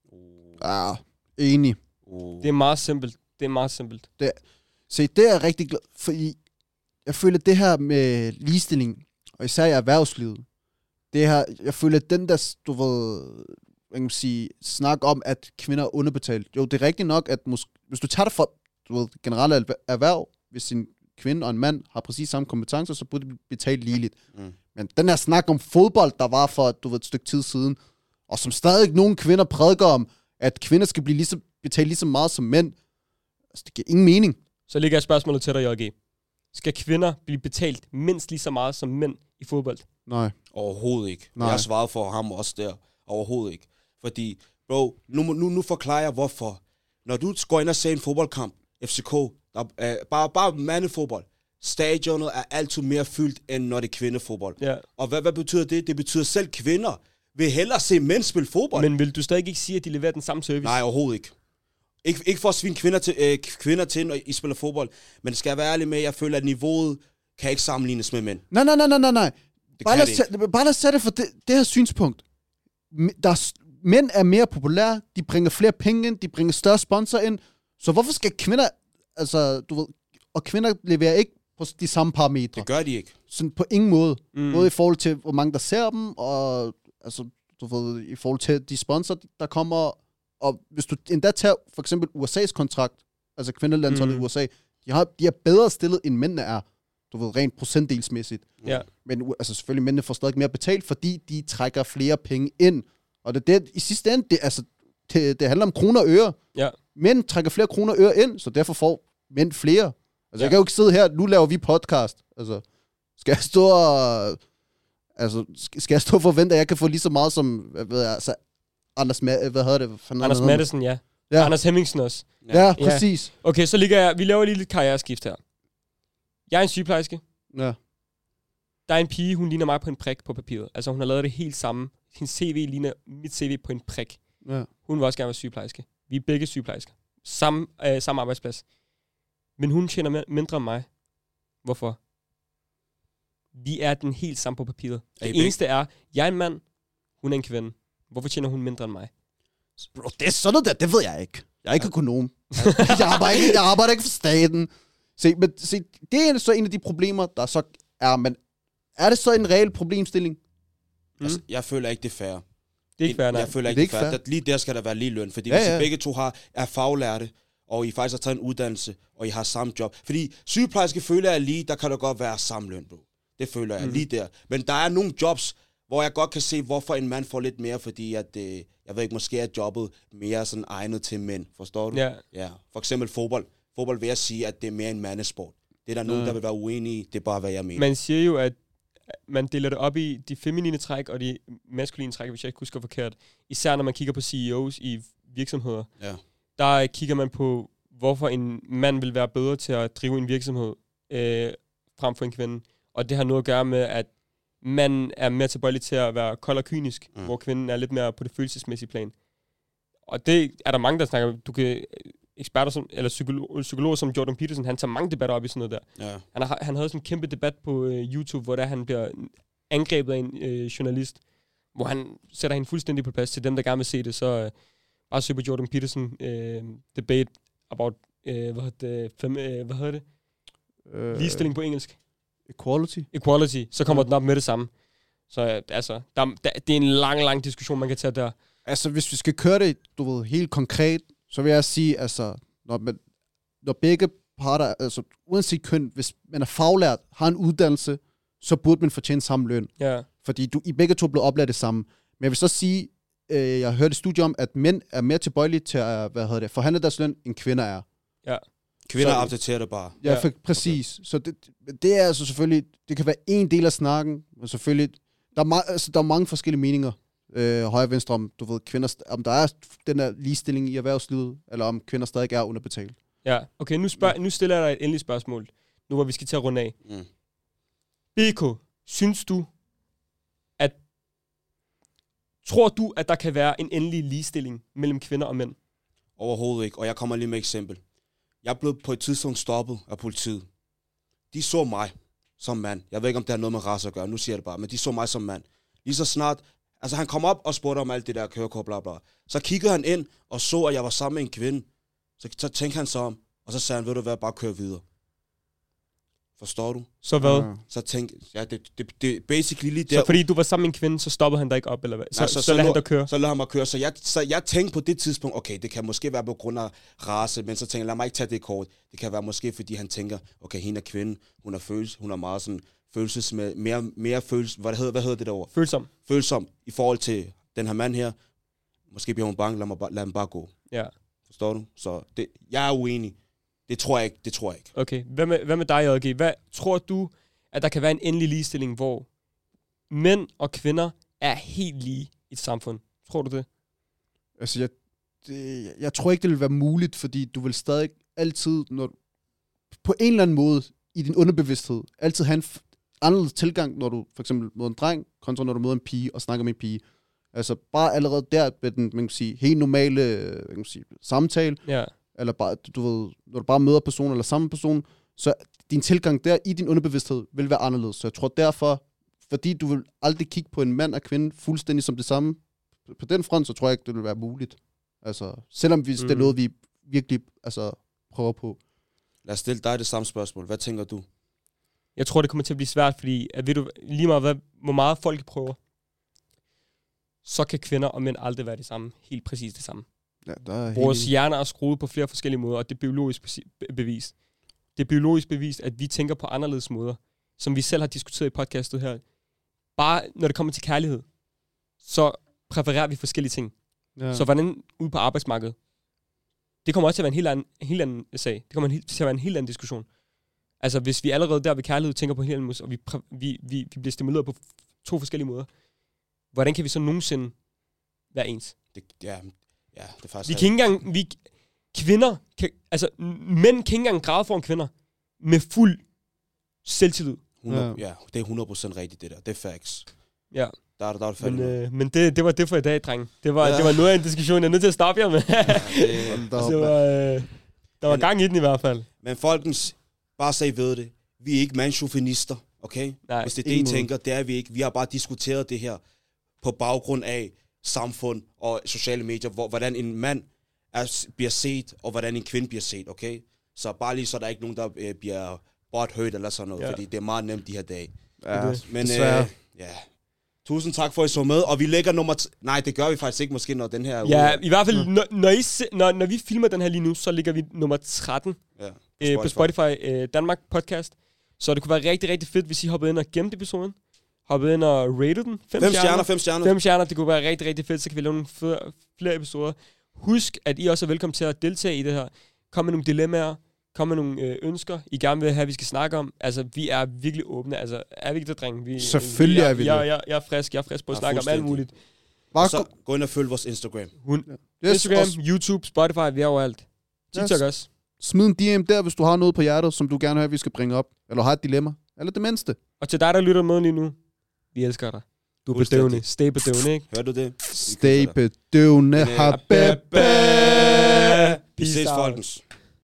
Ja, enig. Uh. Det er meget simpelt. Det er meget simpelt. Se, det er jeg rigtig glad for. Jeg føler, det her med ligestilling, og især i erhvervslivet, det her, jeg føler, den der, du ved, hvad kan man sige, snak om, at kvinder er underbetalt. Jo, det er rigtigt nok, at mås- hvis du tager det for, du ved, generelle erhver- erhverv, hvis en kvinde og en mand har præcis samme kompetencer, så burde de blive betalt ligeligt. Mm. Men den her snak om fodbold, der var for, du ved, et stykke tid siden, og som stadig nogle kvinder prædiker om, at kvinder skal blive lige så, betalt lige så meget som mænd, altså, det giver ingen mening. Så ligger jeg spørgsmålet til dig, J G. Skal kvinder blive betalt mindst lige så meget som mænd i fodbold? Nej. Overhovedet ikke. Nej. Jeg har svaret for ham også der. Overhovedet ikke. Fordi, bro, nu, nu, nu forklarer jeg, hvorfor. Når du går ind og ser en fodboldkamp, F C K, der er, bare, bare mandefodbold, stadionet er altid mere fyldt, end når det er kvindefodbold. Ja. Og hvad, hvad betyder det? Det betyder, at selv kvinder vil hellere se mænd spille fodbold. Men vil du stadig ikke sige, at de leverer den samme service? Nej, overhovedet ikke. Ikke, ikke for at svine kvinder til, øh, kvinder til, når I spiller fodbold, men det skal jeg være ærlig med, at jeg føler, at niveauet kan ikke sammenlignes med mænd. Nej, nej, nej, nej, nej, nej. Det Bare kan lad, det os tage, bare lad os tage det for det, det her synspunkt. M- Der er, s- mænd er mere populære, de bringer flere penge ind, de bringer større sponsor ind, så hvorfor skal kvinder, altså, du ved, og kvinder leverer ikke på de samme parametre. Det gør de ikke. Sådan på ingen måde. Mm. Både i forhold til, hvor mange der ser dem, og altså, du ved, i forhold til de sponsorer, der kommer. Og hvis du endda tager for eksempel U S A's kontrakt, altså kvindelandsholdet Mm. i U S A, de, har, de er bedre stillet, end mændene er. Du ved, rent procentdelsmæssigt. Ja. Men u- altså selvfølgelig, mændene får stadig mere betalt, fordi de trækker flere penge ind. Og det, det i sidste ende, det, altså, det, det handler om kroner og øre. Ja. Mænd trækker flere kroner og øre ind, så derfor får mænd flere. Altså, ja. jeg kan jo ikke sidde her, nu laver vi podcast. Altså, skal jeg stå og... Altså, skal jeg stå og forvente, at jeg kan få lige så meget som, hvad ved jeg, altså, Anders, Ma- hvad hedder det? Hvad Anders Madsen, ja. ja. Anders Hemmingsen også. Ja, ja præcis. Ja. Okay, så ligger jeg, vi laver lige lidt karriereskift her. Jeg er en sygeplejerske. Ja. Der er en pige, hun ligner mig på en prik på papiret. Altså, hun har lavet det helt samme. Hendes C V ligner mit C V på en prik. Ja. Hun vil også gerne være sygeplejerske. Vi er begge sygeplejersker. Samme, øh, samme arbejdsplads. Men hun tjener mindre end mig. Hvorfor? Vi er den helt samme på papiret. Det eneste er, jeg er en mand, hun er en kvinde. Hvorfor tjener hun mindre end mig? Bro, det er sådan noget der, det ved jeg ikke. Jeg er ikke økonom. jeg, arbejder ikke, jeg arbejder ikke for staten. Se, men se, det er så en af de problemer, der så er, men er det så en reel problemstilling? Mm. Altså, jeg føler ikke, det er fair. Det er ikke fair, nej. Jeg føler ikke, det er fair. fair. Lige der skal der være lige løn, fordi ja, hvis I ja. begge to har, er faglærte, og I faktisk har taget en uddannelse, og I har samme job. Fordi sygeplejerske føler jeg lige, der kan der godt være samme løn, bro. Det føler jeg mm. lige der. Men der er nogle jobs, hvor jeg godt kan se, hvorfor en mand får lidt mere, fordi at, øh, jeg ved ikke, måske er jobbet mere sådan egnet til mænd. Forstår du? Ja. Ja. For eksempel fodbold. Fodbold vil jeg sige, at det er mere en mandesport. Det er der nogen, mm. der vil være uenige i. Det er bare, hvad jeg mener. Man siger jo, at man deler det op i de feminine træk og de maskuline træk, hvis jeg ikke husker forkert. Især når man kigger på C E O's i virksomheder. Ja. Der kigger man på, hvorfor en mand vil være bedre til at drive en virksomhed øh, frem for en kvinde. Og det har noget at gøre med, at manden er mere tilbøjelig til at være kold og kynisk, mm. hvor kvinden er lidt mere på det følelsesmæssige plan. Og det er der mange, der snakker. Du kan eksperter som, eller psykolog, psykologer som Jordan Peterson, han tager mange debatter op i sådan noget der. Ja. Han, har, han havde sådan en kæmpe debat på uh, YouTube, hvor der han bliver angrebet af en uh, journalist, hvor han sætter hende fuldstændig på plads. Til dem, der gerne vil se det, så uh, bare søg på Jordan Peterson uh, debate about, uh, hvad hedder det, fem, uh, hvad hedder det? Uh, Ligestilling på engelsk. Equality. Equality. Så kommer ja. den op med det samme. Så uh, altså, der, der, det er en lang, lang diskussion, man kan tage der. Altså, hvis vi skal køre det, du ved, helt konkret, så vil jeg sige, altså, når, man, når begge parter, altså uanset køn, hvis man er faglært, har en uddannelse, så burde man fortjene samme løn. Ja. Fordi du, I begge to er blevet oplært det samme. Men jeg vil så sige, øh, jeg har hørt et studie om, at mænd er mere tilbøjelige til at, hvad hedder det, forhandle deres løn, end kvinder er. Ja. Kvinder accepterer det bare. Ja, for, præcis. Okay. Så det, det er altså selvfølgelig, det kan være en del af snakken, men selvfølgelig, der er, ma- altså, der er mange forskellige meninger. Øh, højre og venstre, om, du ved, kvinder, om der er den der ligestilling i erhvervslivet, eller om kvinder stadig er underbetalt. Ja, okay, nu, spørg, nu stiller jeg dig et endeligt spørgsmål, nu hvor vi skal til at runde af. Mm. B K, synes du, at, tror du, at der kan være en endelig ligestilling mellem kvinder og mænd? Overhovedet ikke, og jeg kommer lige med et eksempel. Jeg blev på et tidspunkt stoppet af politiet. De så mig som mand. Jeg ved ikke, om det har noget med race at gøre, nu siger jeg det bare, men de så mig som mand. Lige så snart, altså han kom op og spurgte om alt det der kørekort, bla bla. Så kiggede han ind og så, at jeg var sammen med en kvinde. Så, så tænkte han så om, og så sagde han, ved du hvad, bare kør videre. Forstår du? Så hvad? Ja. Så tænkte ja, det, det, det basically lige der. Så fordi du var sammen med en kvinde, så stoppede han dig ikke op, eller hvad? Så, Nej, så, så, så lader han dig køre? Så lader han mig køre. Så jeg, så jeg tænkte på det tidspunkt, okay, det kan måske være på grund af race, men så tænkte jeg, lad mig ikke tage det kort. Det kan være måske, fordi han tænker, okay, hende er kvinde, hun er følelse, hun er meget sådan, følelses med, mere, mere følelse, hvad hedder, hvad hedder det derovre? Følsom. Følsom i forhold til den her mand her. Måske bliver hun bange, lad, mig, lad ham bare gå. Ja. Forstår du? Så det, jeg er uenig. Det tror jeg ikke, det tror jeg ikke. Okay, hvad med, hvad med dig, J G? Hvad tror du, at der kan være en endelig ligestilling, hvor mænd og kvinder er helt lige i et samfund? Tror du det? Altså, jeg, det, jeg tror ikke, det vil være muligt, fordi du vil stadig altid, når, på en eller anden måde, i din underbevidsthed, altid have en f- anderledes tilgang, når du for eksempel møder en dreng, kontra når du møder en pige og snakker med en pige. Altså, bare allerede der, med den, man kan sige, helt normale hvad kan man sige, samtale, ja. Eller bare, du ved, når du bare møder personen eller samme person, så din tilgang der i din underbevidsthed vil være anderledes. Så jeg tror derfor, fordi du vil aldrig kigge på en mand og kvinde fuldstændig som det samme på den front, så tror jeg ikke, det vil være muligt. Altså, selvom vi, mm. det er noget, vi virkelig altså, prøver på. Lad os stille dig det samme spørgsmål. Hvad tænker du? Jeg tror, det kommer til at blive svært, fordi at ved du lige meget, hvad, hvor meget folk prøver, så kan kvinder og mænd aldrig være det samme. Helt præcis det samme. Ja, der er Vores hjerner er skruet på flere forskellige måder, og det er biologisk bevis. Det er biologisk bevis, at vi tænker på anderledes måder, som vi selv har diskuteret i podcastet her. Bare når det kommer til kærlighed, så præfererer vi forskellige ting. Ja. Så hvordan ude på arbejdsmarkedet? det kommer også til at være en helt anden, en helt anden sag. Det kommer en, til at være en helt anden diskussion. Altså, hvis vi allerede der ved kærlighed tænker på en helt anden måde, og vi, vi, vi, vi bliver stimuleret på to forskellige måder, hvordan kan vi så nogensinde være ens? Det, ja, ja, det er faktisk... Vi kan ikke engang... Vi, kvinder... Kan, altså, mænd kan ikke engang græde foran kvinder med fuld selvtillid. hundrede, ja. ja, det er hundrede procent rigtigt, det der. Det er facts. Ja. Der er, der er det men øh, men det, det var det for i dag, dreng. Det var, ja. det var noget af en diskussion, jeg er nødt til at stoppe jer med. ja, det, det var, øh, der var men, gang i den i hvert fald. Men folkens, bare så I ved det. Vi er ikke mandschauvinister, okay? Nej, hvis det er det, I tænker, det er vi ikke. Vi har bare diskuteret det her på baggrund af samfund og sociale medier, hvor, hvordan en mand er, bliver set, og hvordan en kvinde bliver set, okay? Så bare lige så der er ikke nogen, der øh, bliver butthurt eller sådan noget, ja. Fordi det er meget nemt de her dage. Ja, men øh, ja... Tusind tak for, at I så med, og vi lægger nummer... T- Nej, det gør vi faktisk ikke måske, når den her... Ja, uge. I hvert fald, når, når, I se, når, når vi filmer den her lige nu, så ligger vi nummer tretten ja, på Spotify, øh, på Spotify øh, Danmark podcast. Så det kunne være rigtig, rigtig fedt, hvis I hoppede ind og gemte episoden. Hoppede ind og rated den. Fem, fem stjerner, fem stjerner. Fem stjerner, det kunne være rigtig, rigtig fedt, så kan vi lave nogle flere, flere episoder. Husk, at I også er velkommen til at deltage i det her. Kom med nogle dilemmaer. Kom med nogle øh, ønsker, I gerne vil have, vi skal snakke om. Altså, vi er virkelig åbne. Altså, er vi ikke der, drenge? Vi, Selvfølgelig vi, jeg, er vi det. Jeg, jeg, jeg er frisk. Jeg er frisk på at ja, snakke om alt muligt. Og så gå ind og følg vores Instagram. Hun, yes, Instagram, også. YouTube, Spotify, vi er overalt. TikTok yes. også. Smid en D M der, hvis du har noget på hjertet, som du gerne vil have, vi skal bringe op. Eller har et dilemma. Eller det mindste. Og til dig, der lytter med lige nu. Vi elsker dig. Du er bedøvende. Stay bedøvende, ikke? Hør du det? Stay bedøvende. Habebe. Vi ses, folkens.